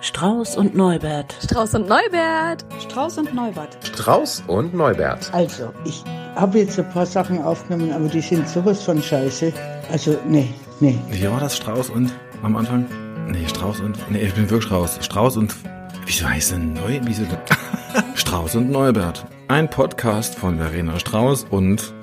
Strauß und Neubert. Strauß und Neubert. Strauß und Neubert. Strauß und Neubert. Also, ich habe jetzt ein paar Sachen aufgenommen, aber die sind sowas von scheiße. Also, nee. Wie war das? Strauß und am Anfang? Nee, Strauß und... Nee, ich bin wirklich Strauß. Strauß und... Wieso heißt denn Neu... Wieso... Strauß und Neubert. Ein Podcast von Verena Strauß und...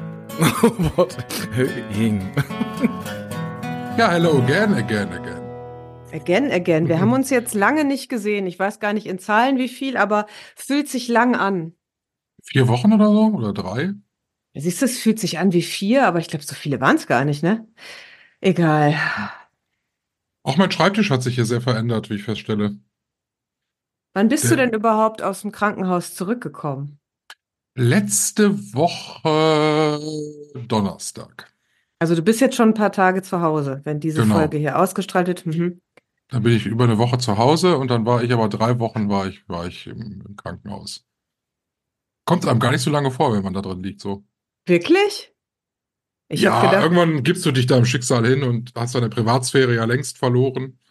Höhing. Ja, hello again. Again. Wir haben uns jetzt lange nicht gesehen. Ich weiß gar nicht in Zahlen wie viel, aber fühlt sich lang an. 4 Wochen oder so? Oder 3? Siehst du, es fühlt sich an wie 4, aber ich glaube, so viele waren es gar nicht, ne? Egal. Auch mein Schreibtisch hat sich hier sehr verändert, wie ich feststelle. Wann bist du denn überhaupt aus dem Krankenhaus zurückgekommen? Letzte Woche Donnerstag. Also du bist jetzt schon ein paar Tage zu Hause, wenn diese Genau. Folge hier ausgestrahlt wird. Dann bin ich über eine Woche zu Hause und dann war ich aber 3 Wochen war ich im Krankenhaus. Kommt einem gar nicht so lange vor, wenn man da drin liegt, so. Wirklich? Ich Ja, habe gedacht, irgendwann gibst du dich da im Schicksal hin und hast deine Privatsphäre ja längst verloren.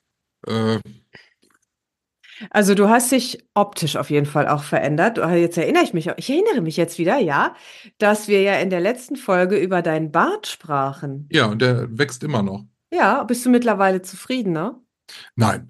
also du hast dich optisch auf jeden Fall auch verändert. Jetzt ich erinnere mich jetzt wieder, ja, dass wir ja in der letzten Folge über deinen Bart sprachen. Ja, und der wächst immer noch. Ja, bist du mittlerweile zufrieden, ne? Nein.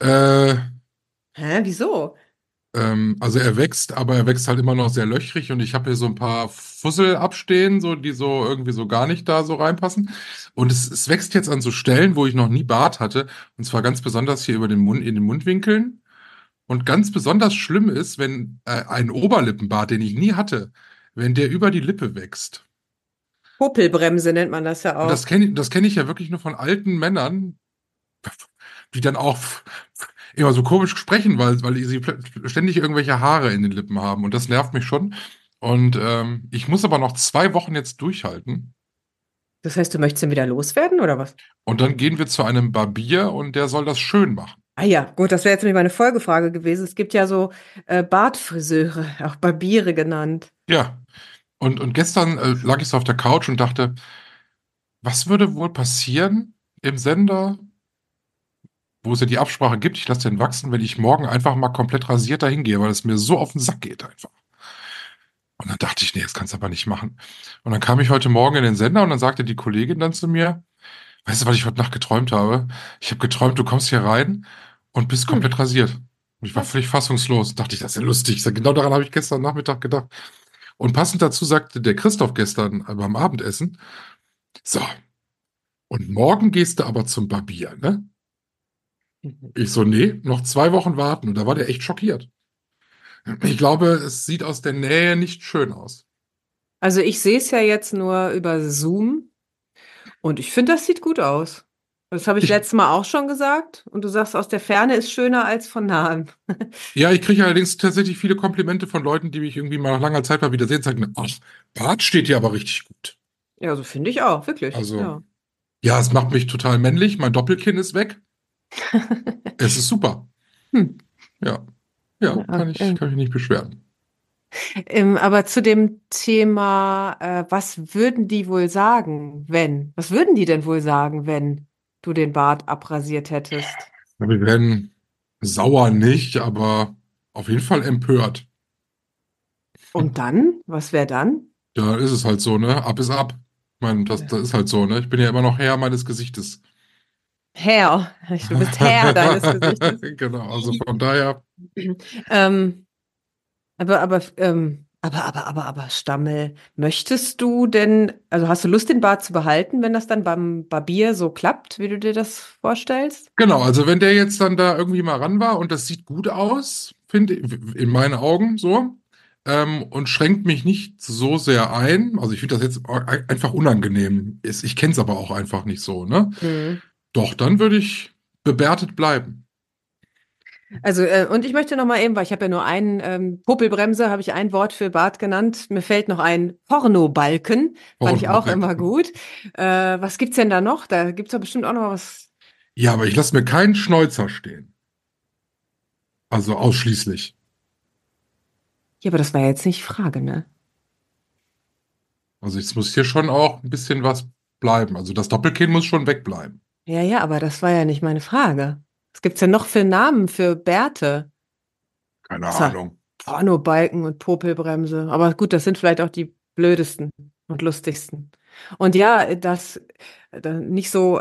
Wieso? Also er wächst, aber er wächst halt immer noch sehr löchrig und ich habe hier so ein paar Fussel abstehen, so, die so irgendwie so gar nicht da so reinpassen. Und es wächst jetzt an so Stellen, wo ich noch nie Bart hatte. Und zwar ganz besonders hier über den Mund, in den Mundwinkeln. Und ganz besonders schlimm ist, wenn ein Oberlippenbart, den ich nie hatte, wenn der über die Lippe wächst. Popelbremse nennt man das ja Und auch. das kenn ich ja wirklich nur von alten Männern, die dann auch immer so komisch sprechen, weil sie ständig irgendwelche Haare in den Lippen haben. Und das nervt mich schon. Und ich muss aber noch 2 Wochen jetzt durchhalten. Das heißt, du möchtest ihn wieder loswerden, oder was? Und dann gehen wir zu einem Barbier und der soll das schön machen. Ah ja, gut, das wäre jetzt nämlich meine Folgefrage gewesen. Es gibt ja so Bartfriseure, auch Barbiere genannt. Ja. Und gestern lag ich so auf der Couch und dachte, was würde wohl passieren im Sender, wo es ja die Absprache gibt, ich lasse den wachsen, wenn ich morgen einfach mal komplett rasiert dahin gehe, weil es mir so auf den Sack geht einfach. Und dann dachte ich, nee, das kannst du aber nicht machen. Und dann kam ich heute Morgen in den Sender und dann sagte die Kollegin dann zu mir, weißt du, was ich heute Nacht geträumt habe? Ich habe geträumt, du kommst hier rein und bist komplett rasiert. Und ich war völlig fassungslos. Dachte ich, das ist ja lustig. Ich sag, genau daran habe ich gestern Nachmittag gedacht. Und passend dazu sagte der Christoph gestern beim Abendessen, so, und morgen gehst du aber zum Barbier, ne? Ich so, nee, noch 2 Wochen warten. Und da war der echt schockiert. Ich glaube, es sieht aus der Nähe nicht schön aus. Also ich sehe es ja jetzt nur über Zoom und ich finde, das sieht gut aus. Das habe ich letztes Mal auch schon gesagt. Und du sagst, aus der Ferne ist schöner als von nahem. Ja, ich kriege allerdings tatsächlich viele Komplimente von Leuten, die mich irgendwie mal nach langer Zeit mal wieder sehen, sagen, ach, Bart steht dir aber richtig gut. Ja, so finde ich auch, wirklich. Also, ja, es macht mich total männlich. Mein Doppelkinn ist weg. Es ist super. Ja, kann ich nicht beschweren. Aber zu dem Thema, was würden die wohl sagen, wenn? Was würden die denn wohl sagen, wenn du den Bart abrasiert hättest? Wir werden sauer nicht, aber auf jeden Fall empört. Und dann? Was wäre dann? Ja, ist es halt so, ne? Ab ist ab. Ich meine, das ist halt so, ne? Ich bin ja immer noch Herr meines Gesichtes. Herr. Du bist Herr deines Gesichtes. Genau, also von daher. Aber Stammel, möchtest du denn, also hast du Lust, den Bart zu behalten, wenn das dann beim Barbier so klappt, wie du dir das vorstellst? Genau, also wenn der jetzt dann da irgendwie mal ran war und das sieht gut aus, finde ich, in meinen Augen so, und schränkt mich nicht so sehr ein. Also ich finde das jetzt einfach unangenehm. Ich kenne es aber auch einfach nicht so, ne? Doch, dann würde ich bebärtet bleiben. Also, und ich möchte noch mal eben, weil ich habe ja nur Popelbremse, habe ich ein Wort für Bart genannt. Mir fällt noch ein Pornobalken, fand ich auch immer gut. Was gibt's denn da noch? Da gibt's doch bestimmt auch noch was. Ja, aber ich lasse mir keinen Schnäuzer stehen. Also ausschließlich. Ja, aber das war ja jetzt nicht die Frage, ne? Also es muss hier schon auch ein bisschen was bleiben. Also das Doppelkinn muss schon wegbleiben. Ja, aber das war ja nicht meine Frage. Was gibt's denn noch für Namen für Bärte? Keine Außer Ahnung. Pornobalken und Popelbremse. Aber gut, das sind vielleicht auch die blödesten und lustigsten. Und ja, nicht so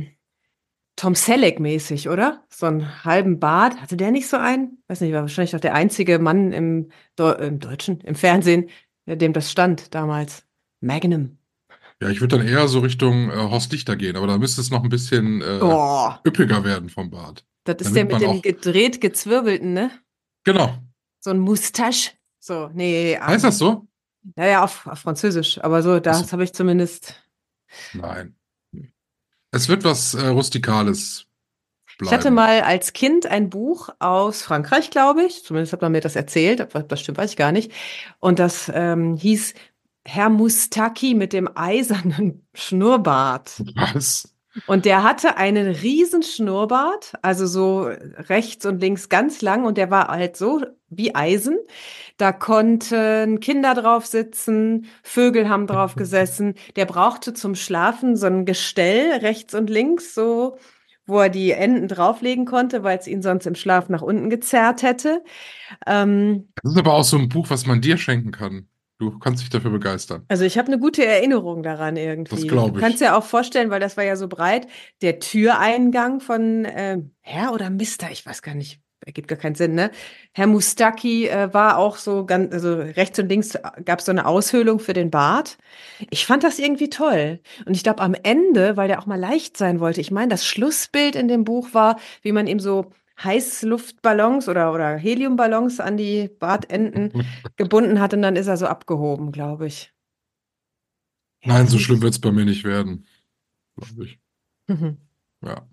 Tom Selleck-mäßig, oder? So einen halben Bart. Hatte der nicht so einen? Weiß nicht, war wahrscheinlich doch der einzige Mann im Deutschen, im Fernsehen, dem das stand damals. Magnum. Ja, ich würde dann eher so Richtung Horst Lichter gehen, aber da müsste es noch ein bisschen Oh, üppiger werden vom Bart. das ist der Damit mit man dem auch. gedreht gezwirbelten, ne? Genau. So ein Moustache. So, nee, Heißt das so? naja, auf Französisch, aber so, Achso, das habe ich zumindest. nein. Es wird was Rustikales Ich hatte bleiben. mal als Kind ein Buch aus Frankreich, glaube ich. Zumindest hat man mir das erzählt. Aber das stimmt, weiß ich gar nicht. Und das hieß Herr Mustaki mit dem eisernen Schnurrbart. Was? Und der hatte einen riesen Schnurrbart, also so rechts und links ganz lang. Und der war halt so wie Eisen. Da konnten Kinder drauf sitzen, Vögel haben drauf gesessen. Der brauchte zum Schlafen so ein Gestell rechts und links, so, wo er die Enden drauflegen konnte, weil es ihn sonst im Schlaf nach unten gezerrt hätte. Ähm, Das ist aber auch so ein Buch, was man dir schenken kann. Du kannst dich dafür begeistern. also ich habe eine gute Erinnerung daran Das irgendwie. Du glaube kannst ich. ja auch vorstellen, weil das war ja so breit, der Türeingang von Herr oder Mister, ich weiß gar nicht, ergibt gar keinen Sinn, ne? Herr Mustaki war auch so ganz, also rechts und links gab es so eine Aushöhlung für den Bart. Ich fand das irgendwie toll. Und ich glaube am Ende, weil der auch mal leicht sein wollte, ich meine, das Schlussbild in dem Buch war, wie man ihm so Heißluftballons oder Heliumballons an die Bartenden gebunden hat und dann ist er so abgehoben, glaube ich. Nein, Herr so schlimm Mus. wird es bei mir nicht werden, glaube ich. Mhm. Ja.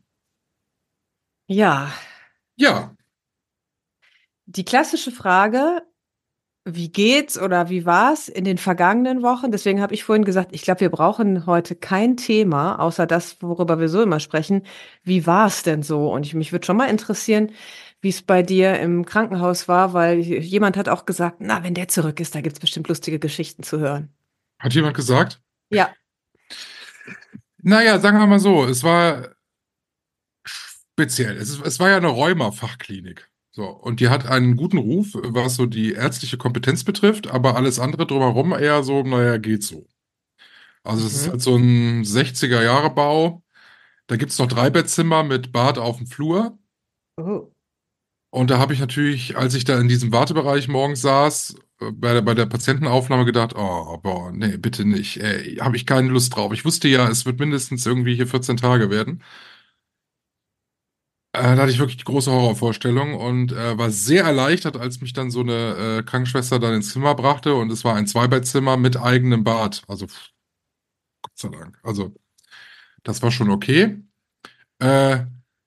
Ja, Ja, die klassische Frage, wie geht's oder wie war's in den vergangenen Wochen? Deswegen habe ich vorhin gesagt, ich glaube, wir brauchen heute kein Thema, außer das, worüber wir so immer sprechen. Wie war's denn so? Und mich würde schon mal interessieren, wie es bei dir im Krankenhaus war, weil jemand hat auch gesagt, na, wenn der zurück ist, da gibt's bestimmt lustige Geschichten zu hören. hat jemand gesagt? Ja. Naja, sagen wir mal so, es war speziell. Es war ja eine Rheuma-Fachklinik. So, und die hat einen guten Ruf, was so die ärztliche Kompetenz betrifft, aber alles andere drumherum eher so, naja, geht so. Also es ist Mhm. halt so ein 60er-Jahre-Bau. Da gibt es noch Dreibettzimmer mit Bad auf dem Flur. Oh. Und da habe ich natürlich, als ich da in diesem Wartebereich morgens saß, bei der Patientenaufnahme gedacht, oh, boah, nee, bitte nicht. Habe ich keine Lust drauf. Ich wusste ja, es wird mindestens irgendwie hier 14 Tage werden. Da hatte ich wirklich die große Horrorvorstellung und war sehr erleichtert, als mich dann so eine Krankenschwester dann ins Zimmer brachte und es war ein Zweibettzimmer mit eigenem Bad. Also Gott sei Dank. Also das war schon okay. Äh,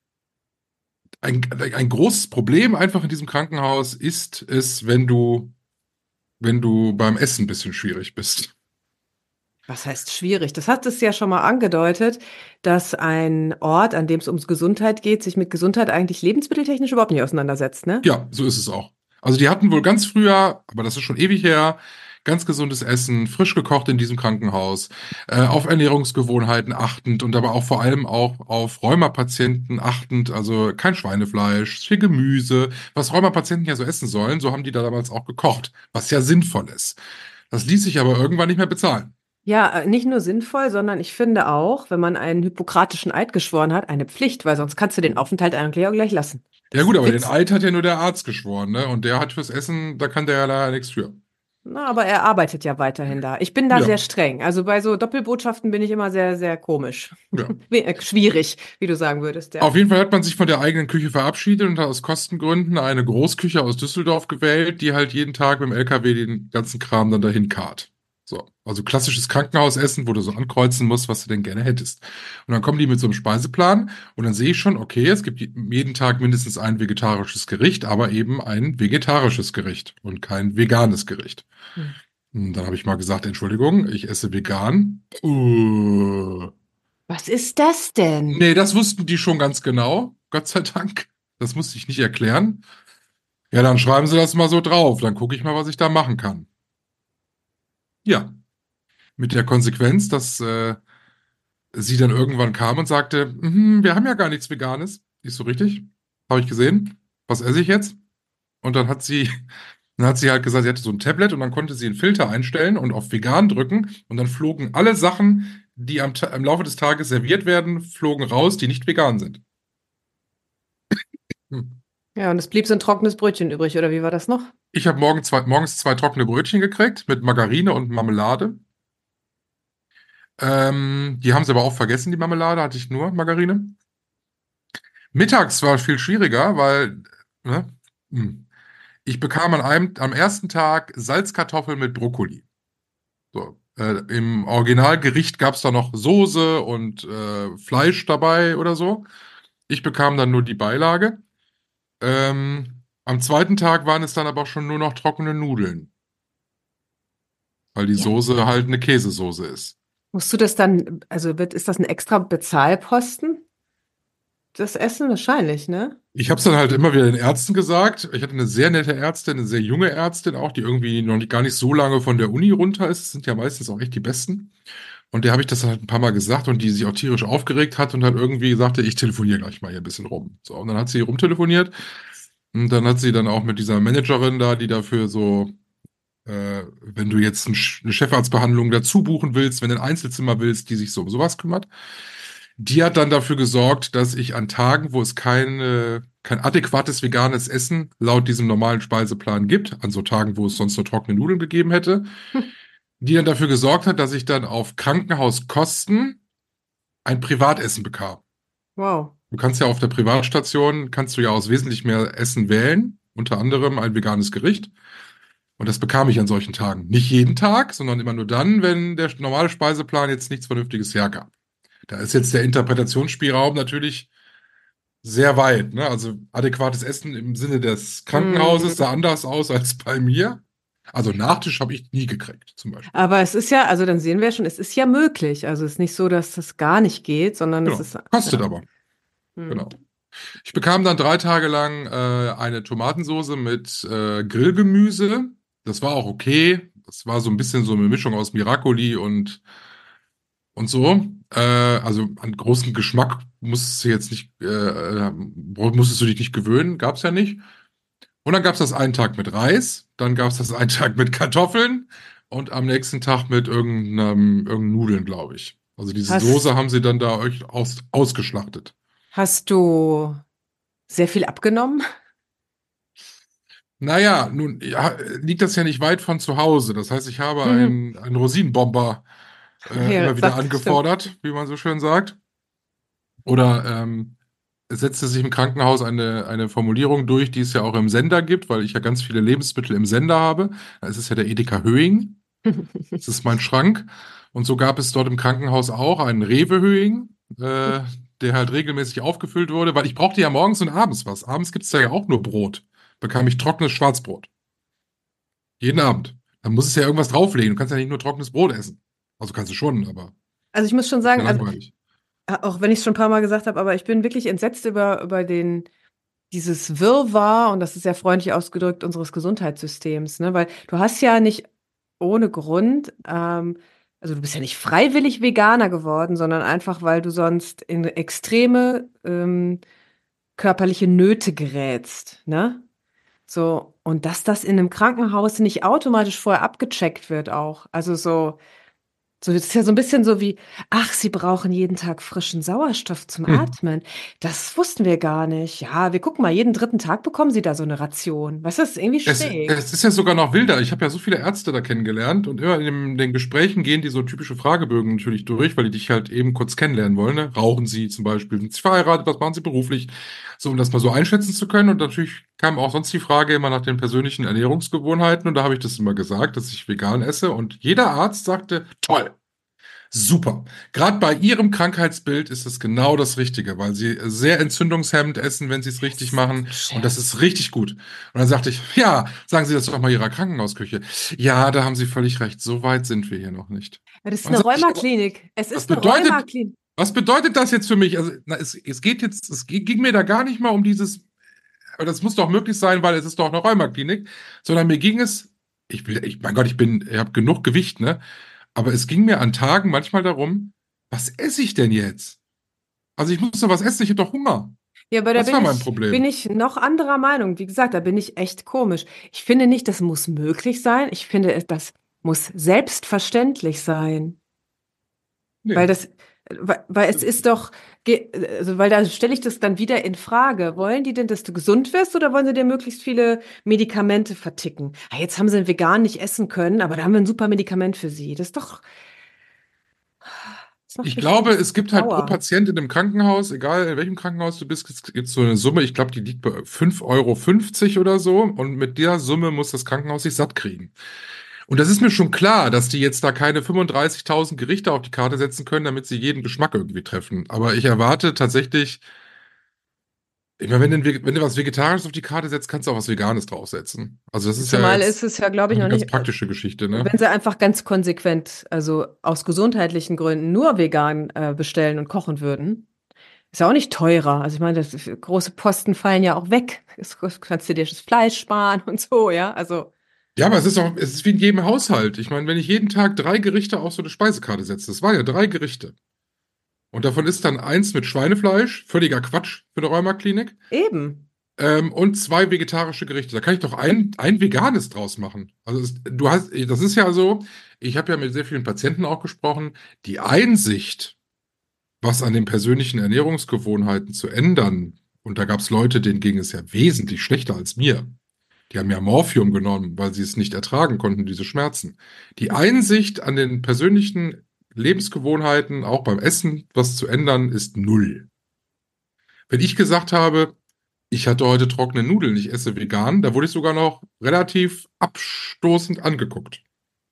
ein großes Problem einfach in diesem Krankenhaus ist es, wenn du beim Essen ein bisschen schwierig bist. Was heißt schwierig? Das hat es ja schon mal angedeutet, dass ein Ort, an dem es ums Gesundheit geht, sich mit Gesundheit eigentlich lebensmitteltechnisch überhaupt nicht auseinandersetzt, ne? Ja, so ist es auch. Also die hatten wohl ganz früher, aber das ist schon ewig her, ganz gesundes Essen, frisch gekocht in diesem Krankenhaus, auf Ernährungsgewohnheiten achtend und aber auch vor allem auch auf Rheumapatienten achtend, also kein Schweinefleisch, viel Gemüse, was Rheumapatienten ja so essen sollen, so haben die da damals auch gekocht, was ja sinnvoll ist. Das ließ sich aber irgendwann nicht mehr bezahlen. Ja, nicht nur sinnvoll, sondern ich finde auch, wenn man einen hippokratischen Eid geschworen hat, eine Pflicht, weil sonst kannst du den Aufenthalt eigentlich auch gleich lassen. Ja Das gut, ist aber den Witz. Eid hat ja nur der Arzt geschworen, ne? Und der hat fürs Essen, da kann der ja leider nichts für. Na, aber er arbeitet ja weiterhin da. Ich bin da Ja, sehr streng. Also bei so Doppelbotschaften bin ich immer sehr, sehr komisch. ja. Schwierig, wie du sagen würdest, ja. Auf jeden Fall hat man sich von der eigenen Küche verabschiedet und hat aus Kostengründen eine Großküche aus Düsseldorf gewählt, die halt jeden Tag mit dem LKW den ganzen Kram dann dahin karrt. So, also klassisches Krankenhausessen, wo du so ankreuzen musst, was du denn gerne hättest. Und dann kommen die mit so einem Speiseplan und dann sehe ich schon, okay, es gibt jeden Tag mindestens ein vegetarisches Gericht, aber eben ein vegetarisches Gericht und kein veganes Gericht. Hm. Und dann habe ich mal gesagt, Entschuldigung, ich esse vegan. Was ist das denn? Nee, das wussten die schon ganz genau, Gott sei Dank. Das musste ich nicht erklären. Ja, dann schreiben Sie das mal so drauf. Dann gucke ich mal, was ich da machen kann. Ja, mit der Konsequenz, dass sie dann irgendwann kam und sagte, wir haben ja gar nichts Veganes. Ist so richtig? habe ich gesehen. Was esse ich jetzt? Und dann hat sie halt gesagt, sie hatte so ein Tablet und dann konnte sie einen Filter einstellen und auf vegan drücken und dann flogen alle Sachen, die im Laufe des Tages serviert werden, flogen raus, die nicht vegan sind. Hm. Ja, und es blieb so ein trockenes Brötchen übrig, oder wie war das noch? Ich habe morgens zwei trockene Brötchen gekriegt mit Margarine und Marmelade. Die haben sie aber auch vergessen, die Marmelade, hatte ich nur Margarine. Mittags war es viel schwieriger, weil ne, ich bekam am ersten Tag Salzkartoffeln mit Brokkoli. So, im Originalgericht gab es da noch Soße und Fleisch dabei oder so. Ich bekam dann nur die Beilage. Am zweiten Tag waren es dann aber schon nur noch trockene Nudeln, weil die Ja. Soße halt eine Käsesoße ist. Musst du das dann, also ist das ein extra Bezahlposten, das Essen? Wahrscheinlich, ne? Ich habe es dann halt immer wieder den Ärzten gesagt. Ich hatte eine sehr nette Ärztin, eine sehr junge Ärztin auch, die irgendwie gar nicht so lange von der Uni runter ist. Das sind ja meistens auch echt die Besten. Und der habe ich das halt ein paar Mal gesagt und die sich auch tierisch aufgeregt hat und halt irgendwie sagte, ich telefoniere gleich mal hier ein bisschen rum. So, und dann hat sie rumtelefoniert und dann hat sie dann auch mit dieser Managerin da, die dafür so, wenn du jetzt eine Chefarztbehandlung dazu buchen willst, wenn du ein Einzelzimmer willst, die sich so um sowas kümmert. Die hat dann dafür gesorgt, dass ich an Tagen, wo es kein adäquates veganes Essen laut diesem normalen Speiseplan gibt, an so Tagen, wo es sonst nur trockene Nudeln gegeben hätte, die dann dafür gesorgt hat, dass ich dann auf Krankenhauskosten ein Privatessen bekam. Wow. Du kannst ja auf der Privatstation, kannst du ja aus wesentlich mehr Essen wählen, unter anderem ein veganes Gericht. Und das bekam ich an solchen Tagen. Nicht jeden Tag, sondern immer nur dann, wenn der normale Speiseplan jetzt nichts Vernünftiges hergab. Da ist jetzt der Interpretationsspielraum natürlich sehr weit. Ne? Also adäquates Essen im Sinne des Krankenhauses sah anders aus als bei mir. Also Nachtisch habe ich nie gekriegt, zum Beispiel. Aber es ist ja, also dann sehen wir schon, es ist ja möglich. Also es ist nicht so, dass das gar nicht geht, sondern es Genau. ist. Kostet Ja. aber. Genau. Ich bekam dann 3 Tage lang eine Tomatensauce mit Grillgemüse. Das war auch okay. Das war so ein bisschen so eine Mischung aus Miracoli und so. Also an großen Geschmack musstest du jetzt nicht, musstest du dich nicht gewöhnen, gab's ja nicht. Und dann gab's das einen Tag mit Reis, dann gab's das einen Tag mit Kartoffeln und am nächsten Tag mit irgendeinem Nudeln, glaube ich. Also diese Soße haben sie dann da euch ausgeschlachtet. Hast du sehr viel abgenommen? Naja, nun ja, liegt das ja nicht weit von zu Hause. Das heißt, ich habe einen Rosinenbomber Ja, immer wieder stimmt. angefordert, wie man so schön sagt. Oder es setzte sich im Krankenhaus eine Formulierung durch, die es ja auch im Sender gibt, weil ich ja ganz viele Lebensmittel im Sender habe. Da ist es ja der Edeka Höhing. Das ist mein Schrank. Und so gab es dort im Krankenhaus auch einen Rewe Höhing, der halt regelmäßig aufgefüllt wurde, weil ich brauchte ja morgens und abends was. Abends gibt es ja auch nur Brot. Bekam ich trockenes Schwarzbrot. Jeden Abend. Dann muss es ja irgendwas drauflegen. Du kannst ja nicht nur trockenes Brot essen. Also kannst du schon, aber Also ich muss schon sagen, also langweilig. auch wenn ich es schon ein paar Mal gesagt habe, aber ich bin wirklich entsetzt über dieses Wirrwarr, und das ist sehr freundlich ausgedrückt, unseres Gesundheitssystems, ne? Weil du hast ja nicht ohne Grund, also du bist ja nicht freiwillig Veganer geworden, sondern einfach, weil du sonst in extreme körperliche Nöte gerätst, ne? So, und dass das in einem Krankenhaus nicht automatisch vorher abgecheckt wird auch. Also so, das ist ja so ein bisschen so wie, ach, Sie brauchen jeden Tag frischen Sauerstoff zum Atmen. Das wussten wir gar nicht. Ja, wir gucken mal, jeden 3. Tag bekommen Sie da so eine Ration. Weißt du, das ist irgendwie schräg. Es ist ja sogar noch wilder. Ich habe ja so viele Ärzte da kennengelernt und immer in den Gesprächen gehen die so typische Fragebögen natürlich durch, weil die dich halt eben kurz kennenlernen wollen. Ne? Rauchen Sie zum Beispiel? Sind Sie verheiratet? Was machen Sie beruflich? So, um das mal so einschätzen zu können. Und natürlich kam auch sonst die Frage immer nach den persönlichen Ernährungsgewohnheiten. Und da habe ich das immer gesagt, dass ich vegan esse. Und jeder Arzt sagte, toll. Super. Gerade bei Ihrem Krankheitsbild ist es genau das Richtige, weil Sie sehr entzündungshemmend essen, wenn Sie es richtig machen. Und das ist richtig gut. Und dann sagte ich, ja, sagen Sie das doch mal Ihrer Krankenhausküche. Ja, da haben Sie völlig recht. So weit sind wir hier noch nicht. Ja, das ist Und eine dann sag ich, Rheumaklinik. Es was ist eine bedeutet- Rheumaklinik. Was bedeutet das jetzt für mich? Also, es ging mir da gar nicht mal um dieses, aber das muss doch möglich sein, weil es ist doch eine Rheumaklinik, sondern mir ging es, mein Gott, ich habe genug Gewicht, ne? Aber es ging mir an Tagen manchmal darum, was esse ich denn jetzt? Also ich muss doch was essen, ich habe doch Hunger. Ja, aber da Das war mein Problem. bin ich noch anderer Meinung. Wie gesagt, da bin ich echt komisch. Ich finde nicht, das muss möglich sein. Ich finde, das muss selbstverständlich sein. Weil Nee. weil es ist doch, also, weil da stelle ich das dann wieder in Frage. Wollen die denn, dass du gesund wirst oder wollen sie dir möglichst viele Medikamente verticken? Ah, jetzt haben sie einen vegan nicht essen können, aber da haben wir ein super Medikament für sie. Das macht Ich mich glaube, ganz es gibt halt pro sauer. Patient in einem Krankenhaus, egal in welchem Krankenhaus du bist, gibt es so eine Summe, ich glaube, die liegt bei 5,50 € oder so. Und mit der Summe muss das Krankenhaus sich satt kriegen. Und das ist mir schon klar, dass die jetzt da keine 35.000 Gerichte auf die Karte setzen können, damit sie jeden Geschmack irgendwie treffen. Aber ich erwarte tatsächlich, ich meine, wenn du was Vegetarisches auf die Karte setzt, kannst du auch was Veganes draufsetzen. Also das ist ja Zumal ist jetzt es ja, glaube ich, eine noch ganz nicht, praktische Geschichte, ne? wenn sie einfach ganz konsequent, also aus gesundheitlichen Gründen nur vegan bestellen und kochen würden, ist ja auch nicht teurer. Also ich meine, große Posten fallen ja auch weg. Kannst du dir das Fleisch sparen und so, ja. Also, Ja, aber es ist wie in jedem Haushalt. Ich meine, wenn ich jeden Tag 3 Gerichte auf so eine Speisekarte setze, das waren ja 3 Gerichte. Und davon ist dann eins mit Schweinefleisch, völliger Quatsch für eine Rheumaklinik, eben. und 2 vegetarische Gerichte. Da kann ich doch ein veganes draus machen. Also das ist ja so, ich habe ja mit sehr vielen Patienten auch gesprochen, die Einsicht, was an den persönlichen Ernährungsgewohnheiten zu ändern, und da gab es Leute, denen ging es ja wesentlich schlechter als mir. Die haben ja Morphium genommen, weil sie es nicht ertragen konnten, diese Schmerzen. Die Einsicht an den persönlichen Lebensgewohnheiten, auch beim Essen, was zu ändern, ist null. Wenn ich gesagt habe, ich hatte heute trockene Nudeln, ich esse vegan, da wurde ich sogar noch relativ abstoßend angeguckt.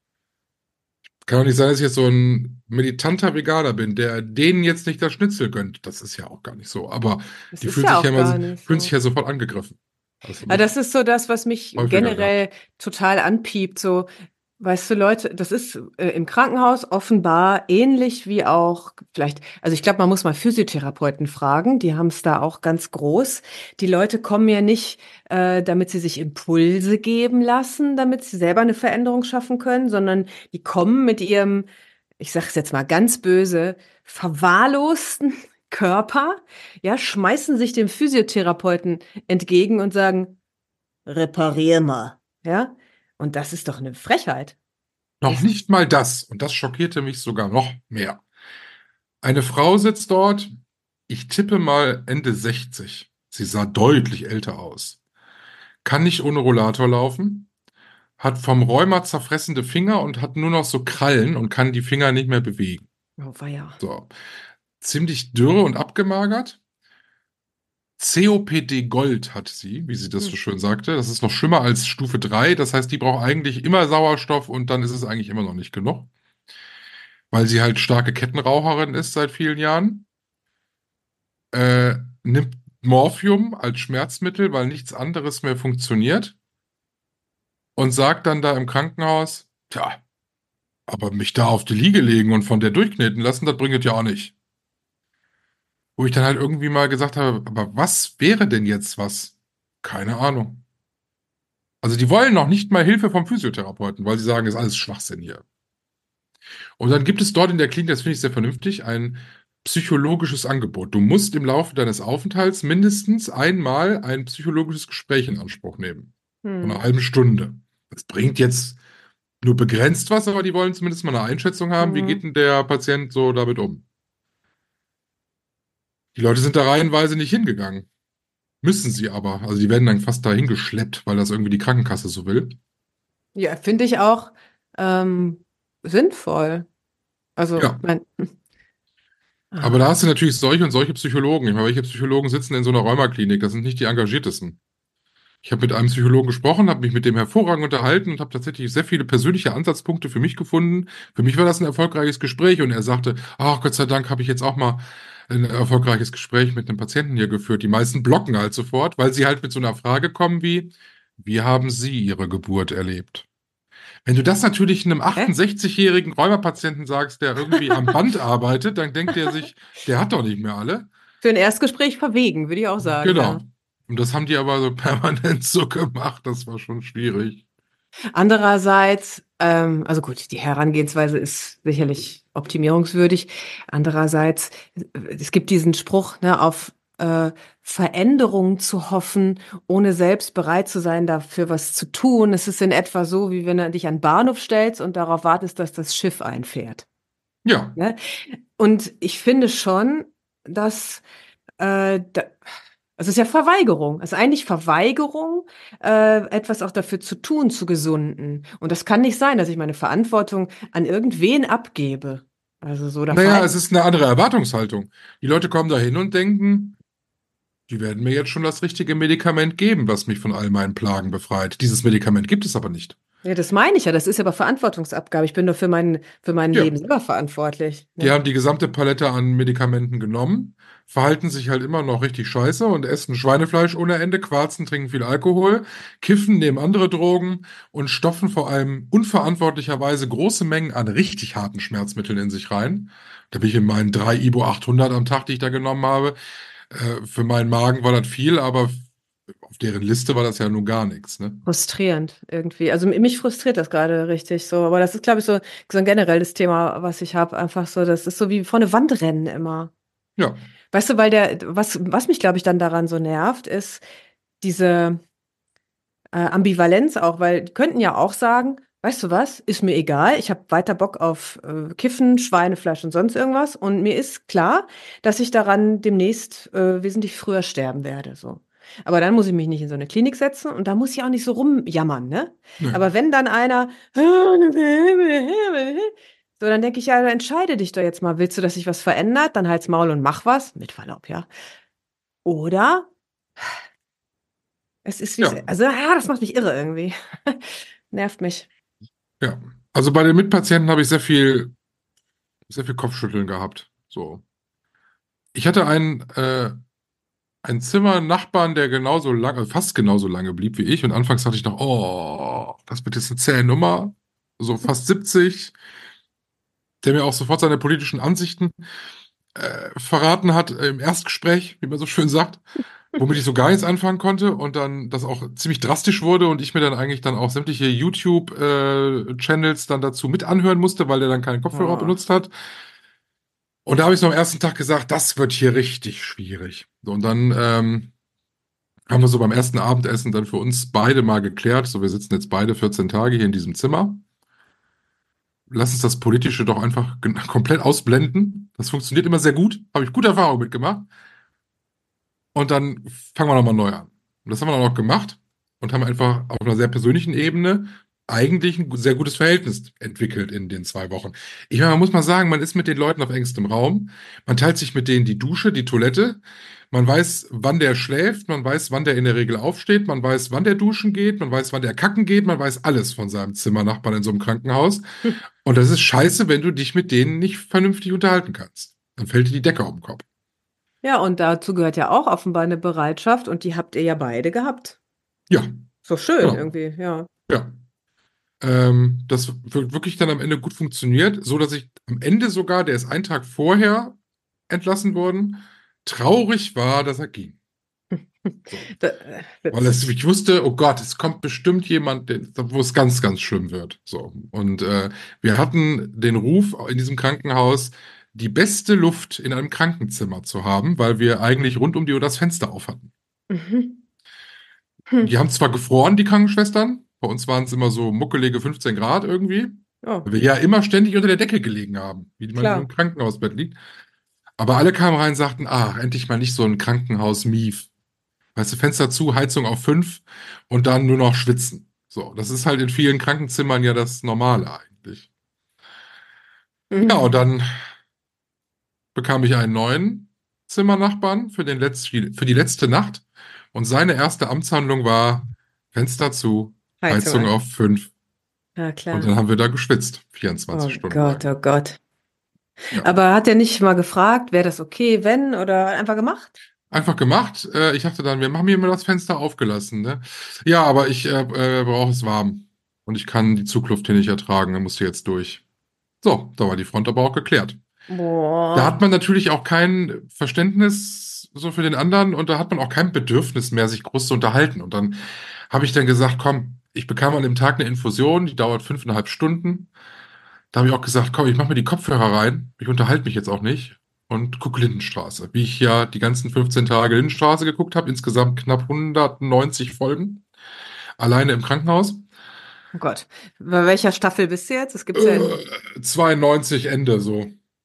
Kann doch nicht sein, dass ich jetzt so ein militanter Veganer bin, der denen jetzt nicht das Schnitzel gönnt. Das ist ja auch gar nicht so. Aber Das die ist ja auch gar nicht fühlen sich so. ja sofort angegriffen. Das habe Aber ich das ist so das, was mich häufiger gehabt. generell total anpiept. So, weißt du, Leute, das ist im Krankenhaus offenbar ähnlich wie auch vielleicht, also ich glaube, man muss mal Physiotherapeuten fragen, die haben es da auch ganz groß. Die Leute kommen ja nicht, damit sie sich Impulse geben lassen, damit sie selber eine Veränderung schaffen können, sondern die kommen mit ihrem, ich sage es jetzt mal ganz böse, verwahrlosten Körper, ja, schmeißen sich dem Physiotherapeuten entgegen und sagen, reparier mal, ja? Und das ist doch eine Frechheit. Noch Das, nicht mal das. Und das schockierte mich sogar noch mehr. Eine Frau sitzt dort, ich tippe mal Ende 60. Sie sah deutlich älter aus. Kann nicht ohne Rollator laufen, hat vom Rheuma zerfressende Finger und hat nur noch so Krallen und kann die Finger nicht mehr bewegen. oh weia. So. Ziemlich dürre und abgemagert. COPD Gold hat sie, wie sie das Hm. so schön sagte. Das ist noch schlimmer als Stufe 3. Das heißt, die braucht eigentlich immer Sauerstoff und dann ist es eigentlich immer noch nicht genug, weil sie halt starke Kettenraucherin ist seit vielen Jahren. Nimmt Morphium als Schmerzmittel, weil nichts anderes mehr funktioniert und sagt dann da im Krankenhaus, tja, aber mich da auf die Liege legen und von der durchkneten lassen, das bringt ja auch nicht. Wo ich dann halt irgendwie mal gesagt habe, aber was wäre denn jetzt was? Keine Ahnung. Also die wollen noch nicht mal Hilfe vom Physiotherapeuten, weil sie sagen, das ist alles Schwachsinn hier. Und dann gibt es dort in der Klinik, das finde ich sehr vernünftig, ein psychologisches Angebot. Du musst im Laufe deines Aufenthalts mindestens einmal ein psychologisches Gespräch in Anspruch nehmen. Von einer Hm. halben Stunde. Das bringt jetzt nur begrenzt was, aber die wollen zumindest mal eine Einschätzung haben, wie geht Hm. denn der Patient so damit um. Die Leute sind da reihenweise nicht hingegangen. Müssen sie aber. Also die werden dann fast dahin geschleppt, weil das irgendwie die Krankenkasse so will. Ja, finde ich auch sinnvoll. Also, Ja, aber da ah, hast du natürlich solche und solche Psychologen. Ich meine, welche Psychologen sitzen in so einer Rheumaklinik? Das sind nicht die engagiertesten. Ich habe mit einem Psychologen gesprochen, habe mich mit dem hervorragend unterhalten und habe tatsächlich sehr viele persönliche Ansatzpunkte für mich gefunden. Für mich war das ein erfolgreiches Gespräch und er sagte, ach Gott sei Dank habe ich jetzt auch mal ein erfolgreiches Gespräch mit einem Patienten hier geführt. Die meisten blocken halt sofort, weil sie halt mit so einer Frage kommen wie haben Sie Ihre Geburt erlebt? Wenn du das natürlich einem hä? 68-jährigen Rheumapatienten sagst, der irgendwie am Band arbeitet, dann denkt er sich, der hat doch nicht mehr alle. Für ein Erstgespräch verwegen, würde ich auch sagen, Genau. ja. Und das haben die aber so permanent so gemacht. Das war schon schwierig. Andererseits, also gut, die Herangehensweise ist sicherlich optimierungswürdig. Andererseits, es gibt diesen Spruch, ne, auf Veränderungen zu hoffen, ohne selbst bereit zu sein, dafür was zu tun. Es ist in etwa so, wie wenn du dich an den Bahnhof stellst und darauf wartest, dass das Schiff einfährt. Ja. Ne? Und ich finde schon, dass es ist ja Verweigerung. Es ist eigentlich Verweigerung, etwas auch dafür zu tun, zu gesunden. Und das kann nicht sein, dass ich meine Verantwortung an irgendwen abgebe. Also so Naja, es ist eine andere Erwartungshaltung. Die Leute kommen da hin und denken, die werden mir jetzt schon das richtige Medikament geben, was mich von all meinen Plagen befreit. Dieses Medikament gibt es aber nicht. Ja, das meine ich ja. Das ist aber Verantwortungsabgabe. Ich bin doch für mein Ja. Leben selber verantwortlich. Ne? Die haben die gesamte Palette an Medikamenten genommen, verhalten sich halt immer noch richtig scheiße und essen Schweinefleisch ohne Ende, quarzen, trinken viel Alkohol, kiffen, nehmen andere Drogen und stopfen vor allem unverantwortlicherweise große Mengen an richtig harten Schmerzmitteln in sich rein. Da bin ich in meinen 3 Ibo 800 am Tag, die ich da genommen habe. Für meinen Magen war das viel, aber auf deren Liste war das ja nun gar nichts, ne? Frustrierend irgendwie. Also mich frustriert das gerade richtig so. Aber das ist, glaube ich, so ein generelles Thema, was ich habe. Einfach so, das ist so wie vor eine Wand rennen immer. Ja. Weißt du, weil was mich, glaube ich, dann daran so nervt, ist diese Ambivalenz auch, weil die könnten ja auch sagen, weißt du was, ist mir egal, ich habe weiter Bock auf Kiffen, Schweinefleisch und sonst irgendwas und mir ist klar, dass ich daran demnächst wesentlich früher sterben werde, so. Aber dann muss ich mich nicht in so eine Klinik setzen und da muss ich auch nicht so rumjammern, ne? Nee. Aber wenn dann einer so, dann denke ich, ja, entscheide dich doch jetzt mal, willst du, dass sich was verändert, dann halt's Maul und mach was, mit Verlaub, ja. Oder es ist wie, Ja. also das macht mich irre irgendwie. Nervt mich. Ja. Also bei den Mitpatienten habe ich sehr viel Kopfschütteln gehabt. So. Ich hatte einen Zimmernachbarn, der genauso lange, fast genauso lange blieb wie ich. Und anfangs dachte ich noch, oh, das wird jetzt eine zähe Nummer. So fast 70, der mir auch sofort seine politischen Ansichten verraten hat im Erstgespräch, wie man so schön sagt, womit ich so gar nichts anfangen konnte und dann das auch ziemlich drastisch wurde und ich mir dann eigentlich dann auch sämtliche YouTube-Channels dann dazu mit anhören musste, weil der dann keinen Kopfhörer benutzt hat. Und da habe ich so am ersten Tag gesagt, das wird hier richtig schwierig. So, und dann haben wir so beim ersten Abendessen dann für uns beide mal geklärt, so wir sitzen jetzt beide 14 Tage hier in diesem Zimmer. Lass uns das Politische doch einfach komplett ausblenden. Das funktioniert immer sehr gut. Habe ich gute Erfahrungen mitgemacht. Und dann fangen wir nochmal neu an. Und das haben wir dann auch gemacht und haben einfach auf einer sehr persönlichen Ebene eigentlich ein sehr gutes Verhältnis entwickelt in den 2 Wochen. Ich meine, man muss mal sagen, man ist mit den Leuten auf engstem Raum. Man teilt sich mit denen die Dusche, die Toilette. Man weiß, wann der schläft. Man weiß, wann der in der Regel aufsteht. Man weiß, wann der duschen geht. Man weiß, wann der kacken geht. Man weiß alles von seinem Zimmernachbarn in so einem Krankenhaus. Und das ist scheiße, wenn du dich mit denen nicht vernünftig unterhalten kannst. Dann fällt dir die Decke auf den Kopf. Ja, und dazu gehört ja auch offenbar eine Bereitschaft und die habt ihr ja beide gehabt. Ja. So schön Genau. irgendwie, ja. Ja. Das wirklich dann am Ende gut funktioniert, so dass ich am Ende sogar, der ist einen Tag vorher entlassen worden, traurig war, dass er ging. So. Weil ich wusste, oh Gott, es kommt bestimmt jemand, wo es ganz, ganz schlimm wird. So. Und wir hatten den Ruf in diesem Krankenhaus, die beste Luft in einem Krankenzimmer zu haben, weil wir eigentlich rund um die Uhr das Fenster auf hatten. Die haben zwar gefroren, die Krankenschwestern, bei uns waren es immer so muckelige 15 Grad irgendwie, Oh, weil wir ja immer ständig unter der Decke gelegen haben, wie man Klar. im Krankenhausbett liegt. Aber alle kamen rein und sagten, endlich mal nicht so ein Krankenhaus-Mief. Weißt du, Fenster zu, Heizung auf 5 und dann nur noch schwitzen. So, das ist halt in vielen Krankenzimmern ja das Normale eigentlich. Ja, und dann bekam ich einen neuen Zimmernachbarn für die letzte Nacht. Und seine erste Amtshandlung war Fenster zu, Heizung auf 5. Ja, klar. Und dann haben wir da geschwitzt, 24 Oh Stunden Gott, lang. oh Gott. Ja. Aber hat er nicht mal gefragt, wäre das okay, wenn, oder einfach gemacht? Einfach gemacht. Ich dachte dann, wir haben hier immer das Fenster aufgelassen. Ne? Ja, aber ich brauche es warm. Und ich kann die Zugluft hier nicht ertragen. Dann musst du jetzt durch. So, da war die Front aber auch geklärt. Boah. Da hat man natürlich auch kein Verständnis so für den anderen und da hat man auch kein Bedürfnis mehr, sich groß zu unterhalten. Und dann habe ich dann gesagt, komm, ich bekam an dem Tag eine Infusion, die dauert 5,5 Stunden. Da habe ich auch gesagt, komm, ich mache mir die Kopfhörer rein. Ich unterhalte mich jetzt auch nicht. und gucke Lindenstraße. Wie ich ja die ganzen 15 Tage Lindenstraße geguckt habe, insgesamt knapp 190 Folgen, alleine im Krankenhaus. Oh Gott. Bei welcher Staffel bist du jetzt? Es gibt's ja in, 92 Ende so.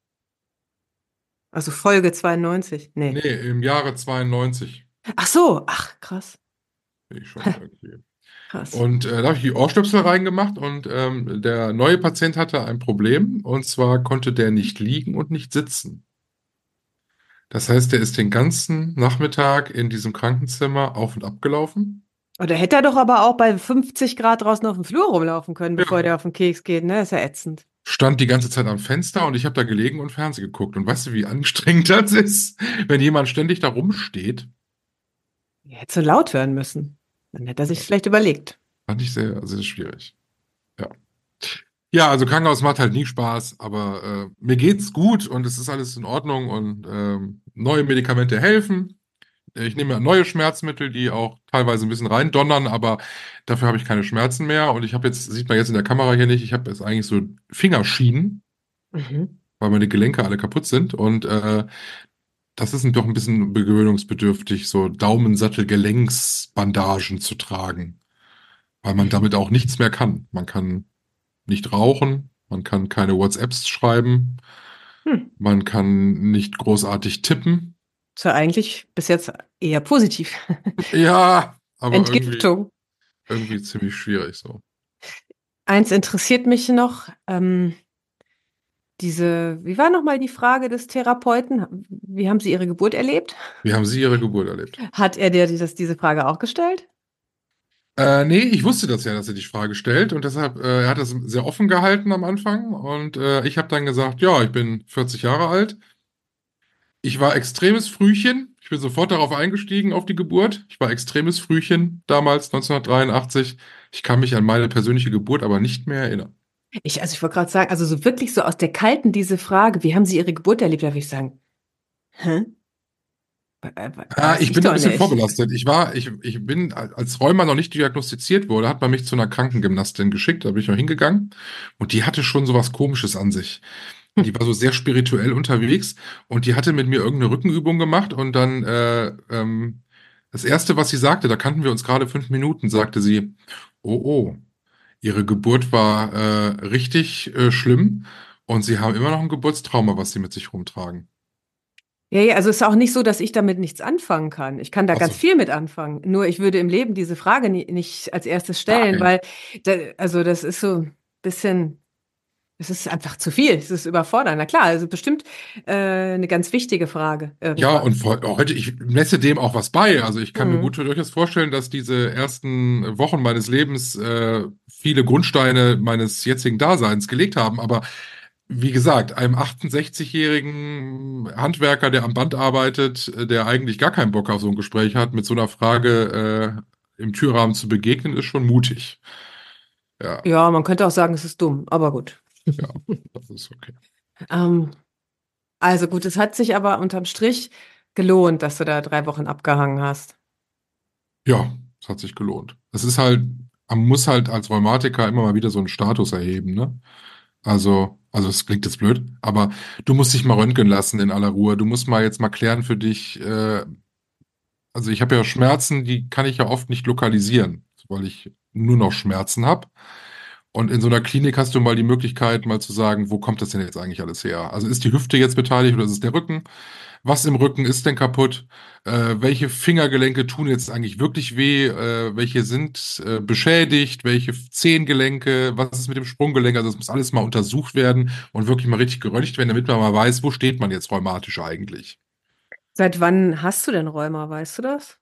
also Folge 92. Nee, Nee. im Jahre 92 Ach so. Ach, krass. bin ich schon irgendwie. Krass. Und da habe ich die Ohrstöpsel reingemacht und der neue Patient hatte ein Problem und zwar konnte der nicht liegen und nicht sitzen. Das heißt, der ist den ganzen Nachmittag in diesem Krankenzimmer auf und ab gelaufen. Oder hätte er doch aber auch bei 50 Grad draußen auf dem Flur rumlaufen können, bevor Ja. der auf den Keks geht, ne? Ist ja ätzend. Stand die ganze Zeit am Fenster und ich habe da gelegen und Fernsehen geguckt. Und weißt du, wie anstrengend das ist, wenn jemand ständig da rumsteht? Er hätte so laut hören müssen. Dann hätte er sich vielleicht überlegt. Fand ich sehr, sehr schwierig. Ja. Ja, also Krankenhaus macht halt nie Spaß, aber mir geht's gut und es ist alles in Ordnung und neue Medikamente helfen. Ich nehme ja neue Schmerzmittel, die auch teilweise ein bisschen reindonnern, aber dafür habe ich keine Schmerzen mehr. Und ich habe jetzt, sieht man jetzt in der Kamera hier nicht, ich habe jetzt eigentlich so Fingerschienen, Mhm. weil meine Gelenke alle kaputt sind. Und das ist doch ein bisschen gewöhnungsbedürftig, so Daumensattel-Gelenksbandagen zu tragen, weil man damit auch nichts mehr kann. Man kann nicht rauchen, man kann keine WhatsApps schreiben, Hm. man kann nicht großartig tippen. Ist ja eigentlich bis jetzt eher positiv. Ja, aber Entgiftung. irgendwie ziemlich schwierig so. Eins interessiert mich noch. Wie war nochmal die Frage des Therapeuten? Wie haben Sie Ihre Geburt erlebt? Wie haben Sie Ihre Geburt erlebt? Hat er dir diese Frage auch gestellt? Nee, ich wusste das ja, dass er die Frage stellt und deshalb, er hat das sehr offen gehalten am Anfang und ich habe dann gesagt, ja, ich bin 40 Jahre alt. Ich war extremes Frühchen. Ich bin sofort darauf eingestiegen, auf die Geburt. Ich war extremes Frühchen damals, 1983. Ich kann mich an meine persönliche Geburt aber nicht mehr erinnern. Also ich wollte gerade sagen, also so wirklich so aus der Kalten diese Frage, wie haben Sie Ihre Geburt erlebt? Da würde ich sagen, hä? Weiß Ich bin doch ein bisschen nicht. vorbelastet. Ich bin, als Rheuma noch nicht diagnostiziert wurde, hat man mich zu einer Krankengymnastin geschickt. Da bin ich noch hingegangen. Und die hatte schon sowas Komisches an sich. Die war so sehr spirituell unterwegs und die hatte mit mir irgendeine Rückenübung gemacht und dann das Erste, was sie sagte, da kannten wir uns gerade 5 Minuten, sagte sie, oh, ihre Geburt war richtig schlimm und sie haben immer noch ein Geburtstrauma, was sie mit sich rumtragen. Ja, also es ist auch nicht so, dass ich damit nichts anfangen kann. Ich kann da Ach ganz so. viel mit anfangen. Nur ich würde im Leben diese Frage nicht als erstes stellen, Nein. weil also das ist so ein bisschen, es ist einfach zu viel. Es ist überfordernd. Na klar, also bestimmt eine ganz wichtige Frage Ja, irgendwann. und heute, ich messe dem auch was bei. Also ich kann mir Mhm. gut durchaus vorstellen, dass diese ersten Wochen meines Lebens viele Grundsteine meines jetzigen Daseins gelegt haben. Aber wie gesagt, einem 68-jährigen Handwerker, der am Band arbeitet, der eigentlich gar keinen Bock auf so ein Gespräch hat, mit so einer Frage im Türrahmen zu begegnen, ist schon mutig. Ja, Ja, man könnte auch sagen, es ist dumm, aber gut. ja, das ist okay. Ähm, also gut, es hat sich aber unterm Strich gelohnt, dass du da 3 Wochen abgehangen hast. Ja, es hat sich gelohnt. Es ist halt, man muss halt als Rheumatiker immer mal wieder so einen Status erheben, ne? Also es klingt jetzt blöd, aber du musst dich mal röntgen lassen in aller Ruhe. Du musst mal jetzt mal klären für dich, also ich habe ja Schmerzen, die kann ich ja oft nicht lokalisieren, weil ich nur noch Schmerzen habe. Und in so einer Klinik hast du mal die Möglichkeit, mal zu sagen, wo kommt das denn jetzt eigentlich alles her? Also ist die Hüfte jetzt beteiligt oder ist es der Rücken? Was im Rücken ist denn kaputt? Welche Fingergelenke tun jetzt eigentlich wirklich weh? Welche sind beschädigt? Welche Zehengelenke? Was ist mit dem Sprunggelenk? Also das muss alles mal untersucht werden und wirklich mal richtig geröntgt werden, damit man mal weiß, wo steht man jetzt rheumatisch eigentlich. Seit wann hast du denn Rheuma, weißt du das?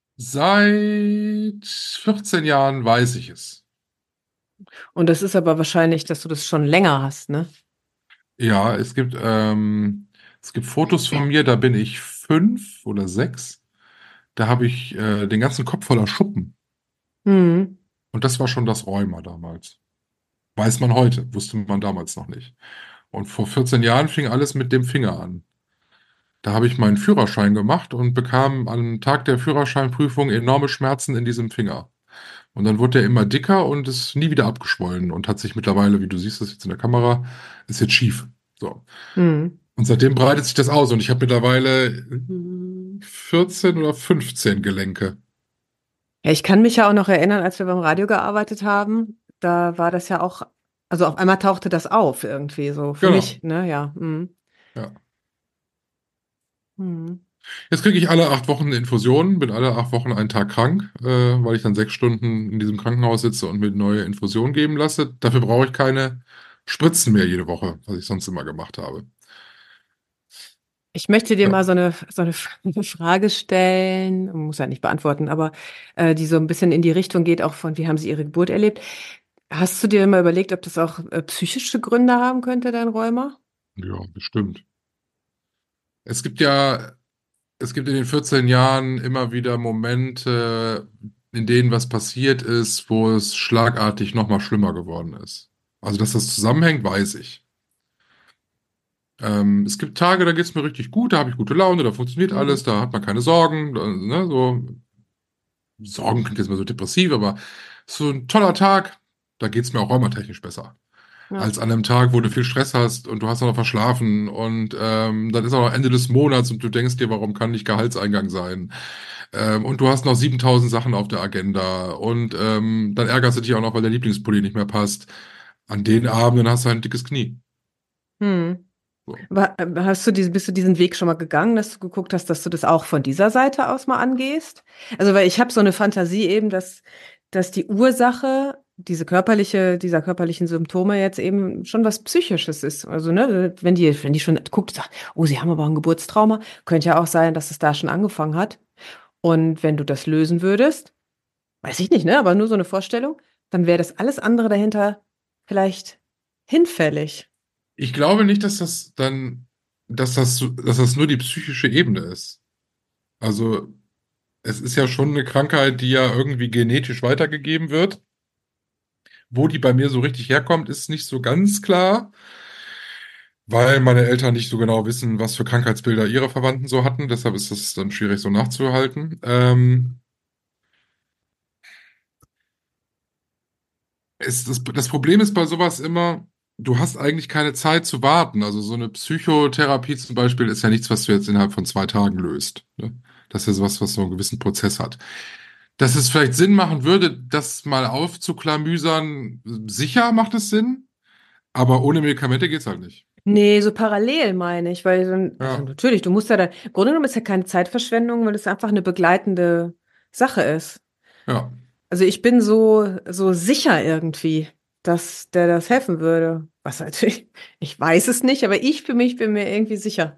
Seit 14 Jahren weiß ich es. Und das ist aber wahrscheinlich, dass du das schon länger hast, ne? Ja, es gibt Fotos von mir, da bin ich 5 oder 6. Da habe ich den ganzen Kopf voller Schuppen. Mhm. Und das war schon das Rheuma damals. Weiß man heute, wusste man damals noch nicht. Und vor 14 Jahren fing alles mit dem Finger an. Da habe ich meinen Führerschein gemacht und bekam am Tag der Führerscheinprüfung enorme Schmerzen in diesem Finger. Und dann wurde er immer dicker und ist nie wieder abgeschwollen und hat sich mittlerweile, wie du siehst das jetzt in der Kamera, ist jetzt schief. So. Mhm. Und seitdem breitet sich das aus und ich habe mittlerweile 14 oder 15 Gelenke. Ja, ich kann mich ja auch noch erinnern, als wir beim Radio gearbeitet haben, da war das ja auch, also auf einmal tauchte das auf irgendwie so für Genau. mich, ne? Ja. Mhm. Ja. Mhm. Jetzt kriege ich alle 8 Wochen eine Infusion, bin alle 8 Wochen einen Tag krank, weil ich dann 6 Stunden in diesem Krankenhaus sitze und mir neue Infusion geben lasse. Dafür brauche ich keine Spritzen mehr jede Woche, was ich sonst immer gemacht habe. Ich möchte dir Ja, mal so eine Frage stellen, muss ja nicht beantworten, aber die so ein bisschen in die Richtung geht, auch von, wie haben Sie Ihre Geburt erlebt? Hast du dir mal überlegt, ob das auch psychische Gründe haben könnte, dein Rheuma? ja, bestimmt. Es gibt ja, es gibt in den 14 Jahren immer wieder Momente, in denen was passiert ist, wo es schlagartig nochmal schlimmer geworden ist. Also, dass das zusammenhängt, weiß ich. Es gibt Tage, da geht es mir richtig gut, da habe ich gute Laune, da funktioniert Mhm. alles, da hat man keine Sorgen, da, ne, so. Sorgen klingt jetzt mal so depressiv, aber so ein toller Tag, da geht es mir auch rheumatechnisch besser. Ja. Als an einem Tag, wo du viel Stress hast und du hast noch verschlafen und dann ist auch noch Ende des Monats und du denkst dir, warum kann nicht Gehaltseingang sein? Und du hast noch 7.000 Sachen auf der Agenda und dann ärgerst du dich auch noch, weil der Lieblingspulli nicht mehr passt. An den Abenden hast du ein dickes Knie. Hm. So. Bist du diesen Weg schon mal gegangen, dass du geguckt hast, dass du das auch von dieser Seite aus mal angehst? Also, weil ich habe so eine Fantasie eben, dass die Ursache, dieser körperlichen Symptome jetzt eben schon was Psychisches ist. Also, ne, wenn die schon guckt, sagt, oh, sie haben aber ein Geburtstrauma, könnte ja auch sein, dass es da schon angefangen hat. Und wenn du das lösen würdest, weiß ich nicht, ne, aber nur so eine Vorstellung, dann wäre das alles andere dahinter vielleicht hinfällig. Ich glaube nicht, dass das nur die psychische Ebene ist. Also, es ist ja schon eine Krankheit, die ja irgendwie genetisch weitergegeben wird. Wo die bei mir so richtig herkommt, ist nicht so ganz klar, weil meine Eltern nicht so genau wissen, was für Krankheitsbilder ihre Verwandten so hatten. Deshalb ist es dann schwierig so nachzuhalten. Das Problem ist bei sowas immer, du hast eigentlich keine Zeit zu warten. Also so eine Psychotherapie zum Beispiel ist ja nichts, was du jetzt innerhalb von 2 Tagen löst. Ne? Das ist ja sowas, was so einen gewissen Prozess hat. Dass es vielleicht Sinn machen würde, das mal aufzuklamüsern, sicher macht es Sinn, aber ohne Medikamente geht's halt nicht. Nee, so parallel meine ich, weil also Ja, natürlich, du musst ja dann, im Grunde genommen ist ja keine Zeitverschwendung, weil es einfach eine begleitende Sache ist. ja. Also ich bin so sicher irgendwie, dass der das helfen würde. Was natürlich, ich weiß es nicht, aber ich für mich bin mir irgendwie sicher.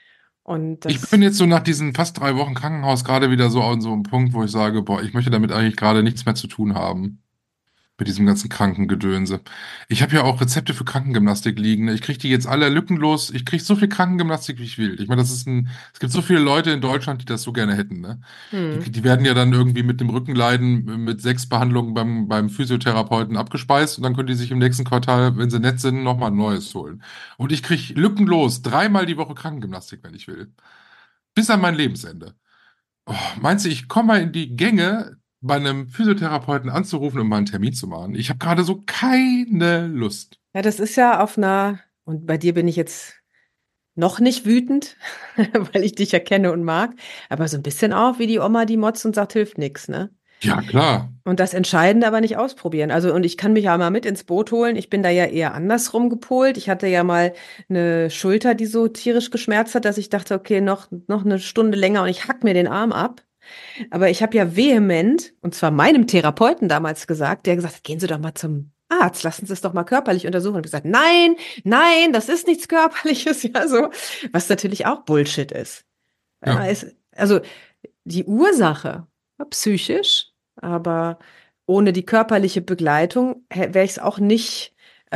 Und Ich bin das, jetzt so nach diesen fast 3 Wochen Krankenhaus gerade wieder so an so einem Punkt, wo ich sage, boah, ich möchte damit eigentlich gerade nichts mehr zu tun haben. Mit diesem ganzen Krankengedönse. Ich habe ja auch Rezepte für Krankengymnastik liegen. Ne? Ich kriege die jetzt alle lückenlos. Ich kriege so viel Krankengymnastik, wie ich will. Ich meine, es gibt so viele Leute in Deutschland, die das so gerne hätten. Ne? hm. Die werden ja dann irgendwie mit dem Rückenleiden mit 6 Behandlungen beim Physiotherapeuten abgespeist und dann können die sich im nächsten Quartal, wenn sie nett sind, nochmal ein neues holen. Und ich kriege lückenlos 3-mal die Woche Krankengymnastik, wenn ich will. Bis an mein Lebensende. Oh, meinst du, ich komme mal in die Gänge, bei einem Physiotherapeuten anzurufen und mal einen Termin zu machen? Ich habe gerade so keine Lust. Ja, das ist ja auf einer, und bei dir bin ich jetzt noch nicht wütend, weil ich dich ja kenne und mag, aber so ein bisschen auch wie die Oma, die motzt und sagt, hilft nix, ne? Ja, klar. Und das Entscheidende aber nicht ausprobieren. Also, und ich kann mich ja mal mit ins Boot holen. Ich bin da ja eher andersrum gepolt. Ich hatte ja mal eine Schulter, die so tierisch geschmerzt hat, dass ich dachte, okay, noch eine Stunde länger und ich hack mir den Arm ab. Aber ich habe ja vehement, und zwar meinem Therapeuten damals gesagt, der gesagt hat, gehen Sie doch mal zum Arzt, lassen Sie es doch mal körperlich untersuchen. Und ich gesagt, nein, nein, das ist nichts Körperliches, ja so. Was natürlich auch Bullshit ist. Ja, Ja, also die Ursache war psychisch, aber ohne die körperliche Begleitung wäre ich es auch nicht,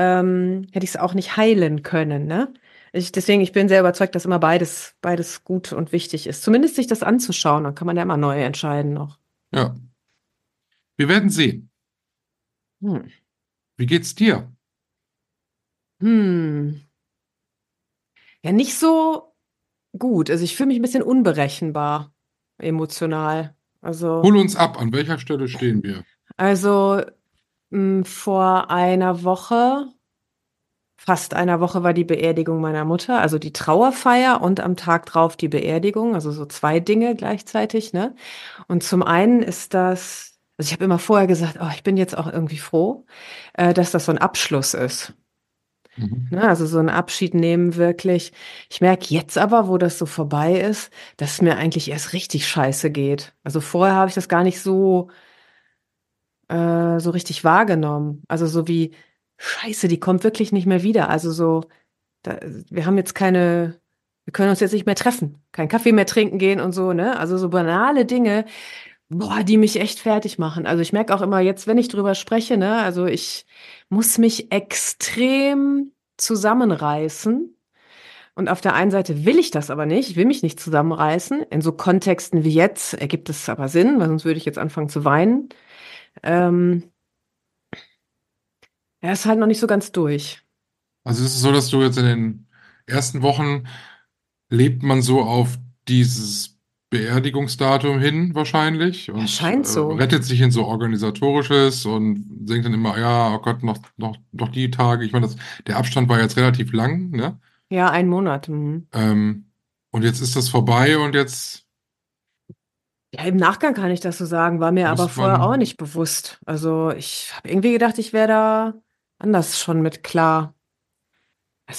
hätte ich es auch nicht heilen können, ne? Deswegen, ich bin sehr überzeugt, dass immer beides gut und wichtig ist. Zumindest sich das anzuschauen, dann kann man ja immer neu entscheiden noch. ja. Wir werden sehen. Hm. Wie geht's dir? Hm. Ja, nicht so gut. Also ich fühle mich ein bisschen unberechenbar emotional. Also, Hol uns ab. An welcher Stelle stehen wir? also vor einer Woche. fast einer Woche war die Beerdigung meiner Mutter, also die Trauerfeier und am Tag drauf die Beerdigung, also so 2 Dinge gleichzeitig, ne? Und zum einen ist das, also ich habe immer vorher gesagt, oh, ich bin jetzt auch irgendwie froh, dass das so ein Abschluss ist. Mhm. Ne? Also so ein Abschied nehmen wirklich. Ich merke jetzt aber, wo das so vorbei ist, dass es mir eigentlich erst richtig scheiße geht. Also vorher habe ich das gar nicht so richtig wahrgenommen. Also so wie Scheiße, die kommt wirklich nicht mehr wieder. Also so, wir haben jetzt wir können uns jetzt nicht mehr treffen, keinen Kaffee mehr trinken gehen und so, ne? Also so banale Dinge, boah, die mich echt fertig machen. Also ich merke auch immer jetzt, wenn ich drüber spreche, ne? Also ich muss mich extrem zusammenreißen. Und auf der einen Seite will ich das aber nicht, ich will mich nicht zusammenreißen. In so Kontexten wie jetzt ergibt es aber Sinn, weil sonst würde ich jetzt anfangen zu weinen. Ähm, Er ist halt noch nicht so ganz durch. Also ist es so, dass du jetzt in den ersten Wochen lebt man so auf dieses Beerdigungsdatum hin wahrscheinlich Ja, und scheint so. rettet sich in so Organisatorisches und denkt dann immer, ja, oh Gott, noch die Tage. Ich meine, der Abstand war jetzt relativ lang, ne? Ja, 1 Monat. Mhm. Und jetzt ist das vorbei und jetzt Ja, im Nachgang kann ich das so sagen, war mir aber muss vorher auch man, nicht bewusst. Also ich habe irgendwie gedacht, ich wäre da anders schon mit klar. Also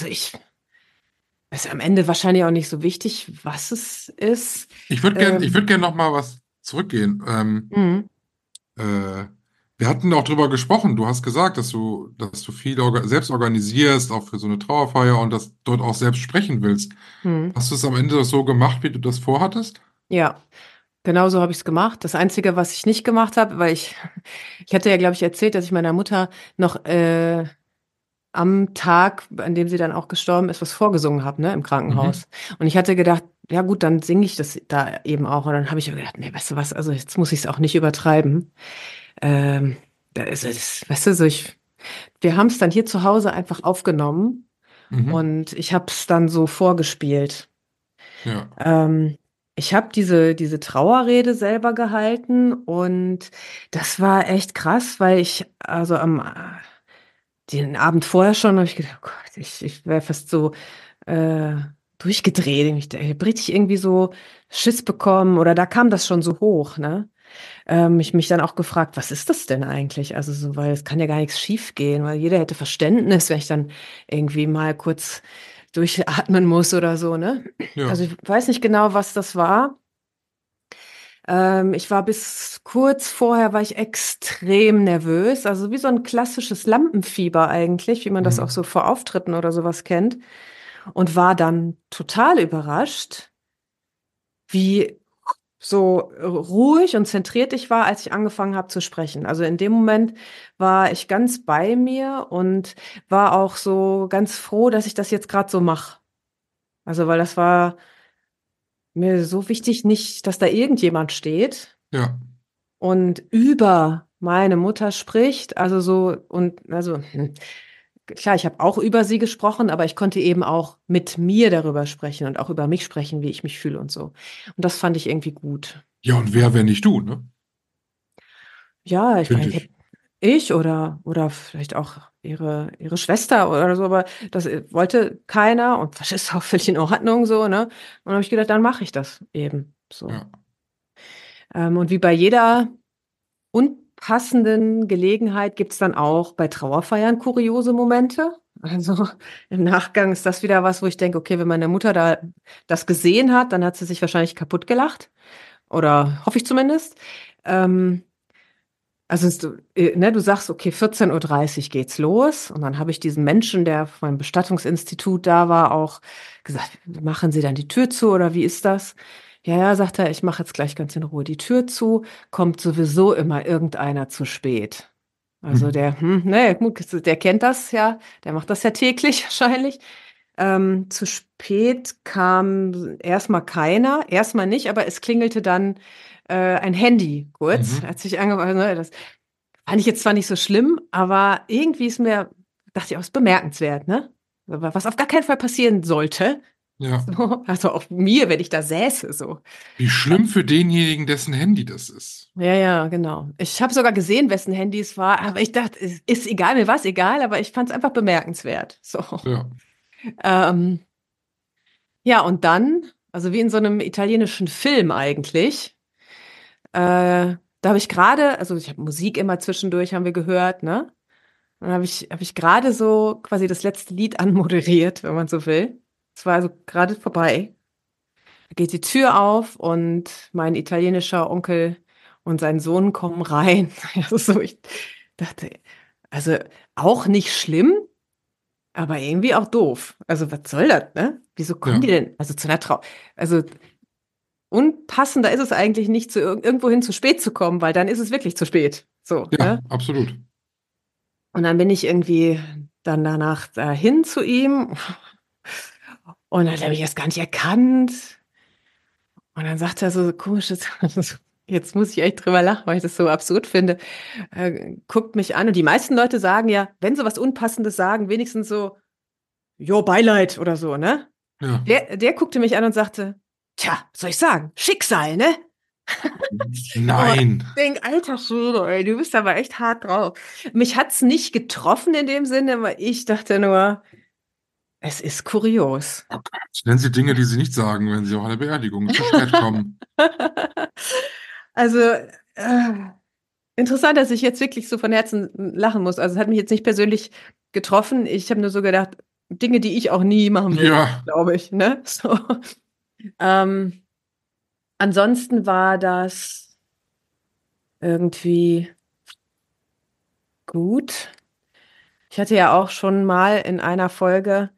ist am Ende wahrscheinlich auch nicht so wichtig, was es ist. ich Ähm, würde gern noch mal was zurückgehen. mhm, Äh, wir hatten auch drüber gesprochen. Du hast gesagt, dass du viel selbst organisierst, auch für so eine Trauerfeier und das dort auch selbst sprechen willst. mhm. Hast du es am Ende so gemacht, wie du das vorhattest? Ja, genau so habe ich es gemacht. Das Einzige, was ich nicht gemacht habe, weil ich hatte ja, glaube ich, erzählt, dass ich meiner Mutter noch am Tag, an dem sie dann auch gestorben ist, was vorgesungen habe, ne, im Mhm. Krankenhaus. Und ich hatte gedacht, ja gut, dann singe ich das da eben auch. Und dann habe ich mir gedacht, nee, weißt du was, also jetzt muss ich es auch nicht übertreiben. Ähm, Da ist es, weißt du, wir haben es dann hier zu Hause einfach aufgenommen Mhm. und ich habe es dann so vorgespielt. Ja. Ähm, Ich habe diese Trauerrede selber gehalten und das war echt krass, weil also den Abend vorher schon habe ich gedacht, oh Gott, ich wäre fast so äh, durchgedreht. Ich hab richtig irgendwie so Schiss bekommen oder da kam das schon so hoch, ne? Ich mich dann auch gefragt, was ist das denn eigentlich? Also so, weil es kann ja gar nichts schief gehen, weil jeder hätte Verständnis, wenn ich dann irgendwie mal kurz durchatmen muss oder so, ne? Ja. Also ich weiß nicht genau, was das war. Ich war bis kurz vorher war ich extrem nervös, also wie so ein klassisches Lampenfieber eigentlich, wie man das auch Mhm. so vor Auftritten oder sowas kennt. Und war dann total überrascht, wie so ruhig und zentriert ich war, als ich angefangen habe zu sprechen. Also in dem Moment war ich ganz bei mir und war auch so ganz froh, dass ich das jetzt gerade so mache. Also weil das war mir so wichtig, nicht, dass da irgendjemand steht Ja. und über meine Mutter spricht. Also so und also klar, ich habe auch über sie gesprochen, aber ich konnte eben auch mit mir darüber sprechen und auch über mich sprechen, wie ich mich fühle und so. Und das fand ich irgendwie gut. Ja, und Ja. wer, wenn nicht du, ne? Ja, ich Finde meine, ich. ich oder vielleicht auch ihre Schwester oder so, aber das wollte keiner und das ist auch völlig in Ordnung so, ne? Und dann habe ich gedacht, dann mache ich das eben so. Ja. Und wie bei jeder unpassenden Gelegenheit gibt's dann auch bei Trauerfeiern kuriose Momente. Also im Nachgang ist das wieder was, wo ich denke, okay, wenn meine Mutter da das gesehen hat, dann hat sie sich wahrscheinlich kaputt gelacht. Oder hoffe ich zumindest. Ähm, ne, du sagst, okay, 14:30 Uhr geht's los. Und dann habe ich diesen Menschen, der vom Bestattungsinstitut da war, auch gesagt, machen Sie dann die Tür zu oder wie ist das? Ja, ja, sagt er, ich mache jetzt gleich ganz in Ruhe die Tür zu, kommt sowieso immer irgendeiner zu spät. Also Mhm. ne, gut, der kennt das ja, der macht das ja täglich wahrscheinlich. Zu spät kam erstmal keiner, erstmal nicht, aber es klingelte dann ein Handy kurz, Mhm. als ich angefangen, ne, das fand ich jetzt zwar nicht so schlimm, aber irgendwie dachte ich auch, ist bemerkenswert, ne? Was auf gar keinen Fall passieren sollte. Ja. So, also auf mir, wenn ich da säße, so. Wie schlimm für denjenigen, dessen Handy das ist. Ja, ja, genau. Ich habe sogar gesehen, wessen Handy es war, aber ich dachte, es ist egal, mir war es egal, aber ich fand es einfach bemerkenswert. So. Ja. Ähm, ja, und dann, also wie in so einem italienischen Film eigentlich, da habe ich gerade, also ich habe Musik immer zwischendurch, haben wir gehört, ne? Dann hab ich gerade so quasi das letzte Lied anmoderiert, wenn man so will. Es war also gerade vorbei. Da geht die Tür auf und mein italienischer Onkel und sein Sohn kommen rein. Also so, ich dachte, also auch nicht schlimm, aber irgendwie auch doof. Also was soll das, ne? Wieso kommen die Ja. denn? Also zu einer also unpassender ist es eigentlich nicht, irgendwohin zu spät zu kommen, weil dann ist es wirklich zu spät. So, Ja, ne? absolut. Und dann bin ich irgendwie dann danach dahin zu ihm und dann habe ich das gar nicht erkannt. Und dann sagt er so komisches, jetzt muss ich echt drüber lachen, weil ich das so absurd finde. Guckt mich an und die meisten Leute sagen ja, wenn sie was Unpassendes sagen, wenigstens so, jo, Beileid oder so, ne? Ja. Der guckte mich an und sagte, tja, was soll ich sagen? Schicksal, ne? Oh, ich Nein. denk, alter Schwede, ey, du bist aber echt hart drauf. Mich hat's nicht getroffen in dem Sinne, aber ich dachte nur, es ist kurios. Nennen Sie Dinge, die Sie nicht sagen, wenn Sie auf eine Beerdigung zu spät kommen. Also, interessant, dass ich jetzt wirklich so von Herzen lachen muss. Also, es hat mich jetzt nicht persönlich getroffen. Ich habe nur so gedacht, Dinge, die ich auch nie machen würde, Ja. glaube ich, ne? So. Ähm, ansonsten war das irgendwie gut. Ich hatte ja auch schon mal in einer Folge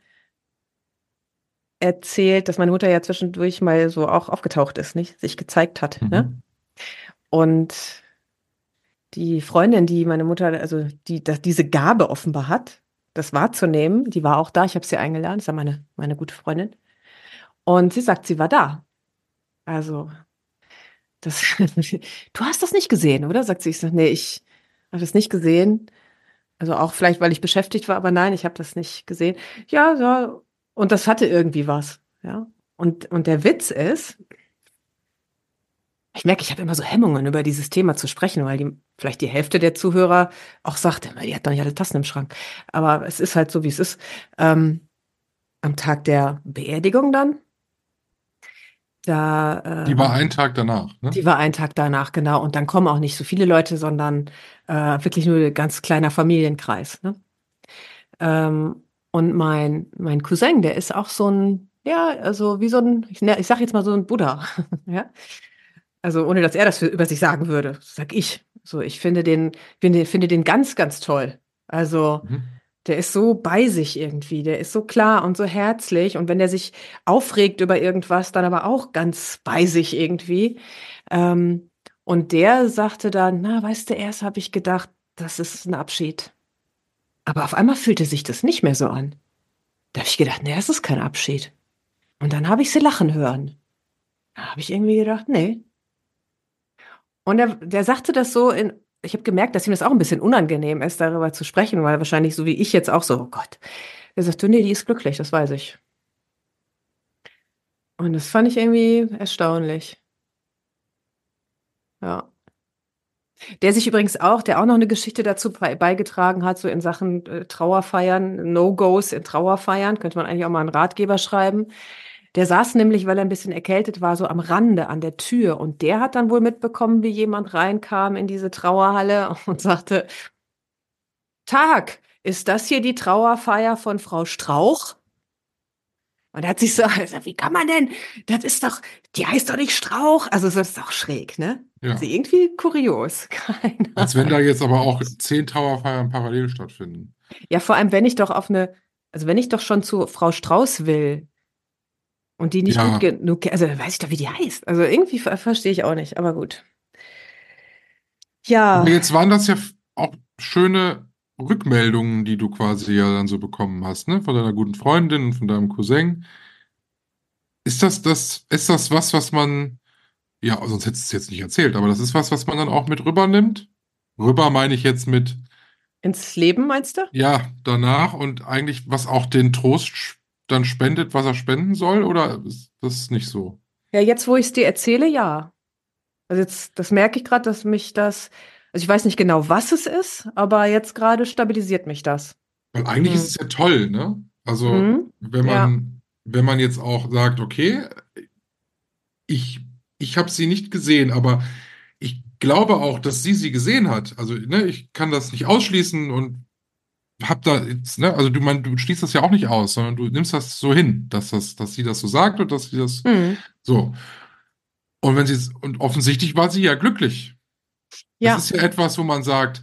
erzählt, dass meine Mutter ja zwischendurch mal so auch aufgetaucht ist, nicht? Sich gezeigt hat, ne? Mhm. Und die Freundin, die meine Mutter, also die diese Gabe offenbar hat, das wahrzunehmen, die war auch da. Ich habe sie eingeladen, das ist ja meine gute Freundin. Und sie sagt, sie war da. Also, das, du hast das nicht gesehen, oder? Sagt sie. Ich sage, nee, ich habe das nicht gesehen. Also auch vielleicht, weil ich beschäftigt war, aber nein, ich habe das nicht gesehen. Ja, ja. Und das hatte irgendwie was. Ja. Und der Witz ist, ich merke, ich habe immer so Hemmungen, über dieses Thema zu sprechen, weil vielleicht die Hälfte der Zuhörer auch sagt, immer, die hat doch nicht alle Tassen im Schrank. Aber es ist halt so, wie es ist. Am Tag der Beerdigung dann, Die war da, einen Tag danach, ne? die war ein Tag danach, genau. Und dann kommen auch nicht so viele Leute, sondern wirklich nur ein ganz kleiner Familienkreis. Ne? Und mein Cousin, der ist auch so ein, ja, also wie so ein, ich sag jetzt mal so ein Buddha. Ja? Also ohne dass er das über sich sagen würde, sag ich. So, ich finde den ganz, ganz toll. Also Mhm. der ist so bei sich irgendwie, der ist so klar und so herzlich. Und wenn der sich aufregt über irgendwas, dann aber auch ganz bei sich irgendwie. Und der sagte dann, na, weißt du, erst habe ich gedacht, das ist ein Abschied. Aber auf einmal fühlte sich das nicht mehr so an. Da habe ich gedacht, nee, das ist kein Abschied. Und dann habe ich sie lachen hören. Da habe ich irgendwie gedacht, nee. Und der sagte das so ich habe gemerkt, dass ihm das auch ein bisschen unangenehm ist, darüber zu sprechen, weil wahrscheinlich so wie ich jetzt auch so, oh Gott. Er sagte, nee, die ist glücklich, das weiß ich. Und das fand ich irgendwie erstaunlich. Ja. Der auch noch eine Geschichte dazu beigetragen hat, so in Sachen Trauerfeiern, No-Gos in Trauerfeiern, könnte man eigentlich auch mal einen Ratgeber schreiben. Der saß nämlich, weil er ein bisschen erkältet war, so am Rande an der Tür. Und der hat dann wohl mitbekommen, wie jemand reinkam in diese Trauerhalle und sagte, Tag, ist das hier die Trauerfeier von Frau Strauch? Und er hat sich so, also, wie kann man denn? Das ist doch, die heißt doch nicht Strauch. Also das ist doch schräg, ne? Ja. Also irgendwie kurios. Keine Als wenn Ahnung. da jetzt aber auch 10 Trauerfeiern parallel stattfinden. Ja, vor allem, also wenn ich doch schon zu Frau Strauß will und die nicht gut Ja, genug, also dann weiß ich doch, wie die heißt. Also irgendwie verstehe ich auch nicht, aber gut. aber Ja, jetzt waren das ja auch schöne Rückmeldungen, die du quasi ja dann so bekommen hast, ne? Von deiner guten Freundin und von deinem Cousin. Ist das was man, ja, sonst hättest du es jetzt nicht erzählt, aber das ist was man dann auch mit rübernimmt? Rüber meine ich jetzt mit, ins Leben meinst du? ja, danach und eigentlich, was auch den Trost dann spendet, was er spenden soll, oder ist das nicht so? Ja, jetzt, wo ich es dir erzähle, ja. Also jetzt, das merke ich gerade, dass mich das, also ich weiß nicht genau, was es ist, aber jetzt gerade stabilisiert mich das. Weil eigentlich ist Mhm. es ja toll, ne? Also, Mhm. Ja, wenn man jetzt auch sagt, okay, ich, ich habe sie nicht gesehen, aber ich glaube auch, dass sie gesehen hat. Also, ne, ich kann das nicht ausschließen und hab da jetzt, ne, also du schließt das ja auch nicht aus, sondern du nimmst das so hin, dass sie das so sagt und dass sie das mhm. so. Und offensichtlich war sie ja glücklich. Das Ja, ist ja etwas, wo man sagt,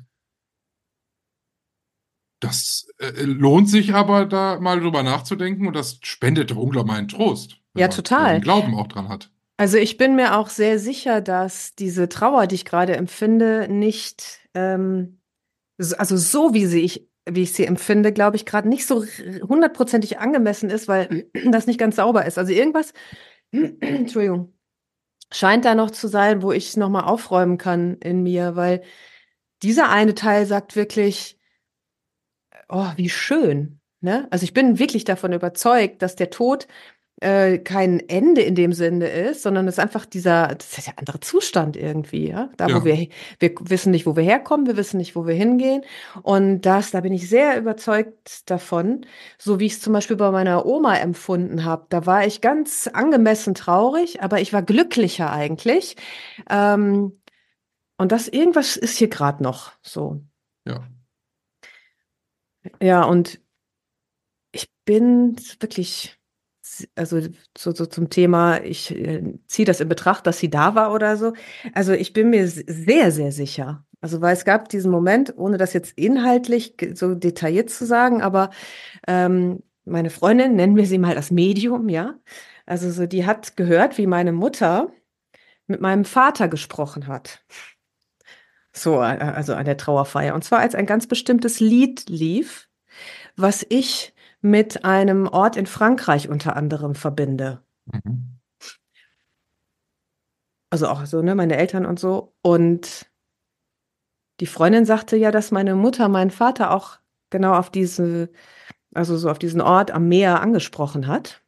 das lohnt sich aber da mal drüber nachzudenken und das spendet doch unglaublich einen Trost, ja, wenn man den total. Glauben auch dran hat. Also ich bin mir auch sehr sicher, dass diese Trauer, die ich gerade empfinde, nicht, also so wie ich sie empfinde, glaube ich, gerade nicht so hundertprozentig angemessen ist, weil das nicht ganz sauber ist. Also irgendwas, Entschuldigung, scheint da noch zu sein, wo ich nochmal aufräumen kann in mir, weil dieser eine Teil sagt wirklich, oh, wie schön, ne? Also ich bin wirklich davon überzeugt, dass der Tod kein Ende in dem Sinne ist, sondern es ist einfach das ist ja ein anderer Zustand irgendwie, ja. Da, wo Ja, wir wissen nicht, wo wir herkommen, wir wissen nicht, wo wir hingehen. Und da bin ich sehr überzeugt davon, so wie ich es zum Beispiel bei meiner Oma empfunden habe. Da war ich ganz angemessen traurig, aber ich war glücklicher eigentlich. Ähm, und das irgendwas ist hier gerade noch so. ja. Ja, und ich bin wirklich, also so zum Thema, ich ziehe das in Betracht, dass sie da war oder so. Also ich bin mir sehr, sehr sicher. Also weil es gab diesen Moment, ohne das jetzt inhaltlich so detailliert zu sagen, aber meine Freundin, nennen wir sie mal das Medium, ja. Also so, die hat gehört, wie meine Mutter mit meinem Vater gesprochen hat. So, also an der Trauerfeier. Und zwar als ein ganz bestimmtes Lied lief, was ich mit einem Ort in Frankreich unter anderem verbinde. Mhm. Also auch so, ne, meine Eltern und so. Und die Freundin sagte ja, dass meine Mutter meinen Vater auch genau auf also so auf diesen Ort am Meer angesprochen hat.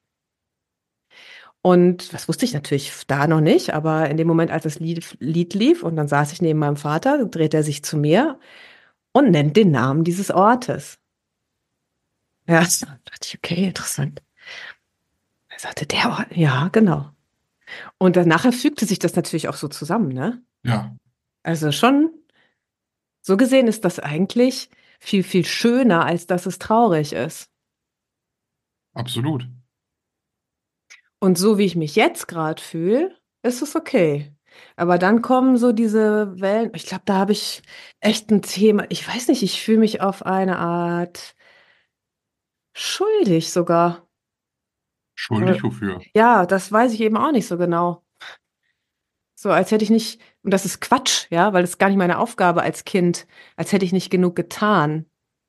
Und das wusste ich natürlich da noch nicht, aber in dem Moment, als das Lied lief und dann saß ich neben meinem Vater, dreht er sich zu mir und nennt den Namen dieses Ortes. Ja, so, dachte ich, okay, interessant. Er sagte, der Ort, ja, genau. Und dann nachher fügte sich das natürlich auch so zusammen, ne? Ja, Also schon, so gesehen ist das eigentlich viel, viel schöner, als dass es traurig ist. absolut. Und so wie ich mich jetzt gerade fühle, ist es okay. Aber dann kommen so diese Wellen, ich glaube, da habe ich echt ein Thema. Ich weiß nicht, ich fühle mich auf eine Art schuldig sogar. Aber Schuldig wofür? ja, das weiß ich eben auch nicht so genau. So, als hätte ich nicht, und das ist Quatsch, ja, weil das ist gar nicht meine Aufgabe als Kind, als hätte ich nicht genug getan.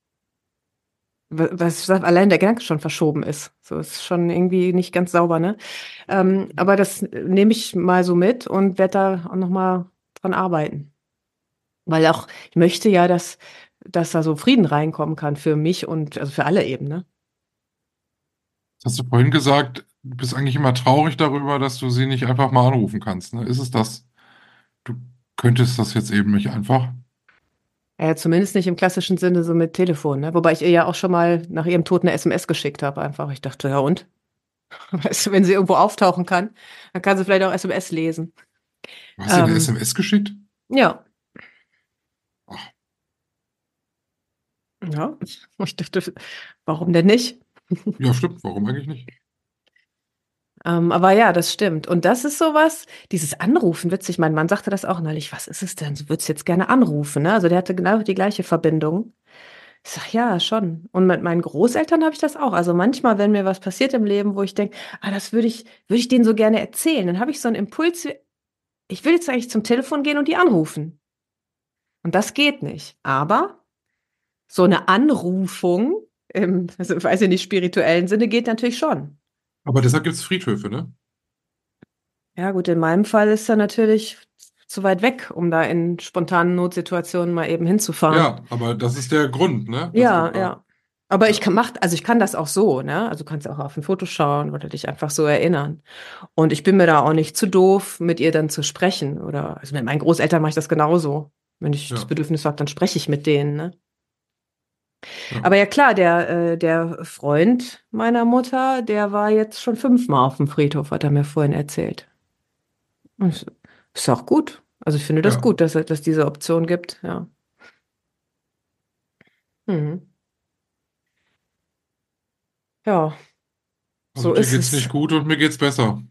Was allein der Gedanke schon verschoben ist. So ist schon irgendwie nicht ganz sauber, ne? Aber das nehme ich mal so mit und werde da auch noch mal dran arbeiten. Weil auch ich möchte ja, dass da so Frieden reinkommen kann für mich und also für alle eben, ne? Das hast du vorhin gesagt, du bist eigentlich immer traurig darüber, dass du sie nicht einfach mal anrufen kannst, ne? Ist es das? Du könntest das jetzt eben nicht einfach? Ja, zumindest nicht im klassischen Sinne so mit Telefon, ne? Wobei ich ihr ja auch schon mal nach ihrem Tod 'ne SMS geschickt habe einfach. Ich dachte: „Ja und?“ Weißt du, wenn sie irgendwo auftauchen kann, dann kann sie vielleicht auch SMS lesen. Du hast ihr eine Ähm, SMS geschickt? ja, Ach, ja. Ich dachte: „Warum denn nicht?“ ja, stimmt. Warum eigentlich nicht? Aber ja, das stimmt. Und das ist so was, dieses Anrufen, witzig, mein Mann sagte das auch neulich: „Was ist es denn? Du würdest jetzt gerne anrufen“, ne? Also, der hatte genau die gleiche Verbindung. Ich sage: „Ja, schon.“ Und mit meinen Großeltern habe ich das auch. Also, manchmal, wenn mir was passiert im Leben, wo ich denke: „Ah, das würde ich denen so gerne erzählen“, dann habe ich so 'n Impuls, ich will jetzt eigentlich zum Telefon gehen und die anrufen. Und das geht nicht. Aber so 'ne Anrufung im, also, weiß ich nicht, spirituellen Sinne geht natürlich schon. Aber deshalb gibt es Friedhöfe, ne? Ja gut, in meinem Fall ist er natürlich zu weit weg, um da in spontanen Notsituationen mal eben hinzufahren. Ja, aber das ist der Grund, ne? Dass du Ja, da, ja. Aber ich kann das auch so, ne? Also du kannst auch auf ein Foto schauen oder dich einfach so erinnern. Und ich bin mir da auch nicht zu doof, mit ihr dann zu sprechen. Also mit meinen Großeltern mache ich das genauso. Wenn ich das Ja, Bedürfnis habe, dann spreche ich mit denen, ne? ja. Aber ja klar, der Freund meiner Mutter, der war jetzt schon 5-mal auf dem Friedhof, hat er mir vorhin erzählt. Und ist auch gut. Also ich finde das Ja. gut, dass diese Option gibt, ja. Mhm. Ja, Also so dir ist geht's nicht es. gut und mir geht's besser.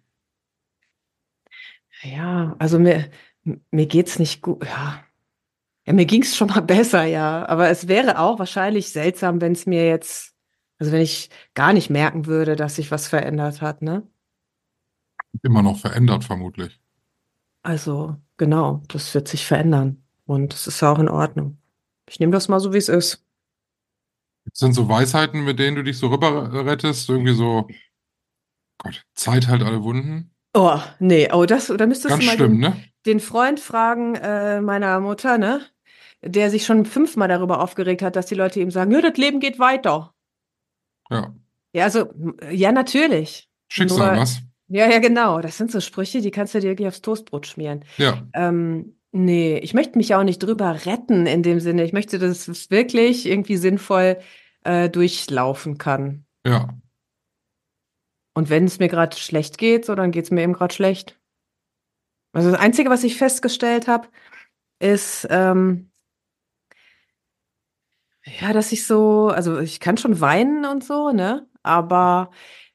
Ja, also mir geht's nicht gut. Ja, ja, mir ging's schon mal besser, ja. Aber es wäre auch wahrscheinlich seltsam, wenn es mir jetzt, also wenn ich gar nicht merken würde, dass sich was verändert hat, ne? Immer noch verändert, vermutlich. Also, genau, das wird sich verändern. Und das ist ja auch in Ordnung. Ich nehme das mal so, wie es ist. Das sind so Weisheiten, mit denen du dich so rüber rettest. Irgendwie so, Gott, Zeit halt alle Wunden. Oh, nee, da müsstest Ganz du mal schlimm, ne? den Freund fragen, meiner Mutter, ne? Der sich schon 5-mal darüber aufgeregt hat, dass die Leute ihm sagen, ja, das Leben geht weiter. Ja. Ja, also, ja, natürlich. Schicksal, Nur, was? ja, genau. Das sind so Sprüche, die kannst du dir wirklich aufs Toastbrot schmieren. Ja, Nee, ich möchte mich ja auch nicht drüber retten in dem Sinne. Ich möchte, dass es wirklich irgendwie sinnvoll durchlaufen kann. ja. Und wenn es mir gerade schlecht geht, so, dann geht es mir eben gerade schlecht. Also das Einzige, was ich festgestellt habe, ist, ja, dass ich so, also ich kann schon weinen und so, ne? Aber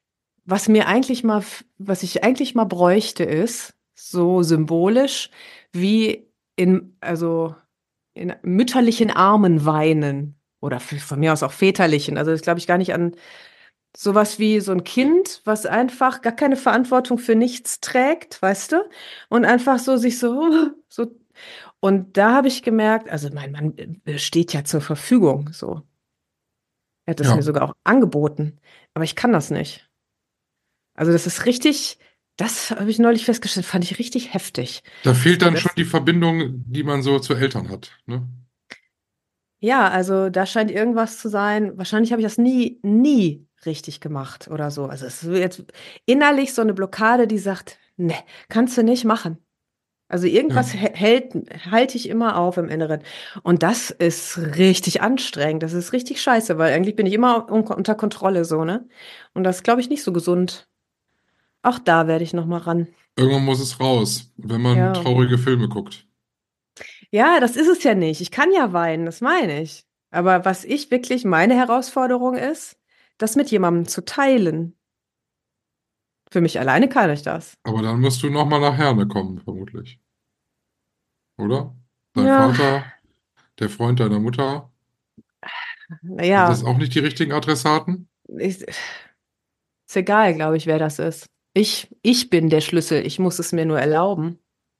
was ich eigentlich mal bräuchte, ist so symbolisch wie also in mütterlichen Armen weinen oder von mir aus auch väterlichen. Also das glaube ich gar nicht an sowas wie so ein Kind, was einfach gar keine Verantwortung für nichts trägt, weißt du? Und einfach so sich so. Und da habe ich gemerkt, also mein Mann steht ja zur Verfügung, so. Er hat es mir Ja. sogar auch angeboten, aber ich kann das nicht. Also das habe ich neulich festgestellt, fand ich richtig heftig. Da fehlt So, dann schon die Verbindung, die man so zu Eltern hat, ne? ja, also da scheint irgendwas zu sein. Wahrscheinlich habe ich das nie richtig gemacht oder so. Also es ist jetzt innerlich so eine Blockade, die sagt, ne, kannst du nicht machen. Also Ja. irgendwas halte ich immer auf im Inneren. Und das ist richtig anstrengend. Das ist richtig scheiße, weil eigentlich bin ich immer unter Kontrolle so, ne? Und das ist, glaube ich, nicht so gesund. Auch da werde ich noch mal ran. Irgendwann muss es raus, wenn man Ja. traurige Filme guckt. Ja, das ist es ja nicht. Ich kann ja weinen, das meine ich. Aber was ich wirklich meine Herausforderung ist, das mit jemandem zu teilen. Für mich alleine kann ich das. Aber dann musst du nochmal nach Herne kommen, vermutlich. Oder? Dein Ja, Vater, der Freund deiner Mutter, sind das naja, auch nicht die richtigen Adressaten? ist egal, glaube ich, wer das ist. Ich bin der Schlüssel. Ich muss es mir nur erlauben.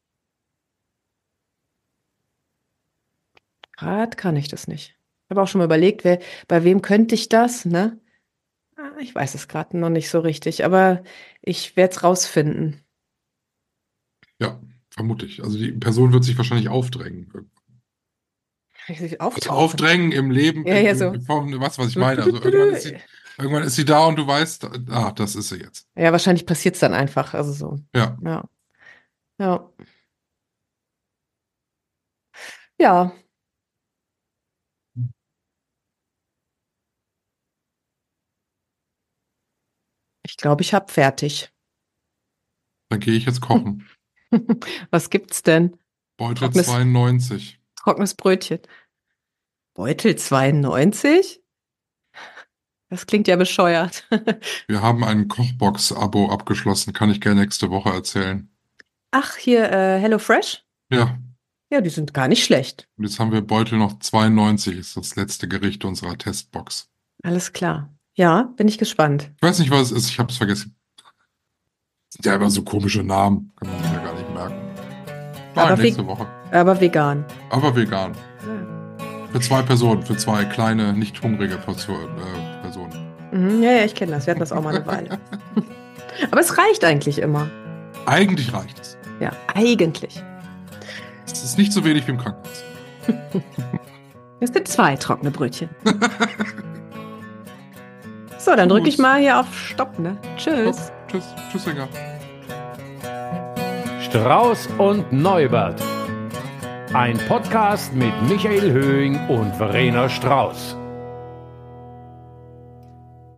Gerade kann ich das nicht. Ich habe auch schon mal überlegt, bei wem könnte ich das, ne? Ich weiß es gerade noch nicht so richtig, aber ich werde es rausfinden. Ja, vermutlich. Also die Person wird sich wahrscheinlich aufdrängen. Also Auftauchen. aufdrängen im Leben, Ja, ja, so. in Form, was ich Du, meine. du, du, Also du, du. irgendwann ist sie da und du weißt, ah, das ist sie jetzt. Ja, wahrscheinlich passiert es dann einfach. Also so. Ja. Ja. Ja. Ja. Ich glaube, ich habe fertig. Dann gehe ich jetzt kochen. Was gibt's denn? Beutel Trockenes, 92. trockenes Brötchen. Beutel 92? Das klingt ja bescheuert. Wir haben ein Kochbox-Abo abgeschlossen. Kann ich gerne nächste Woche erzählen. Ach, hier, HelloFresh? Ja, Ja, die sind gar nicht schlecht. und jetzt haben wir Beutel noch 92. Ist das letzte Gericht unserer Testbox. Alles klar. Ja, bin ich gespannt. Ich weiß nicht, was es ist. Ich habe es vergessen. Sind ja immer so komische Namen. Kann man sich ja gar nicht merken. Nein, Aber, nächste Woche. aber vegan. Aber vegan. Ja. Für 2 Personen. Für 2 kleine, nicht hungrige Personen. Ja, ja, ich kenne das. Wir hatten das auch mal eine Weile. Aber es reicht eigentlich immer. Eigentlich reicht es. Ja, eigentlich. Es ist nicht so wenig wie im Krankenhaus. Es sind 2 trockene Brötchen. So, dann drücke ich mal hier auf Stopp, ne? Tschüss. Tschüss, Inga. Strauß und Neubert. Ein Podcast mit Michael Höhing und Verena Strauß.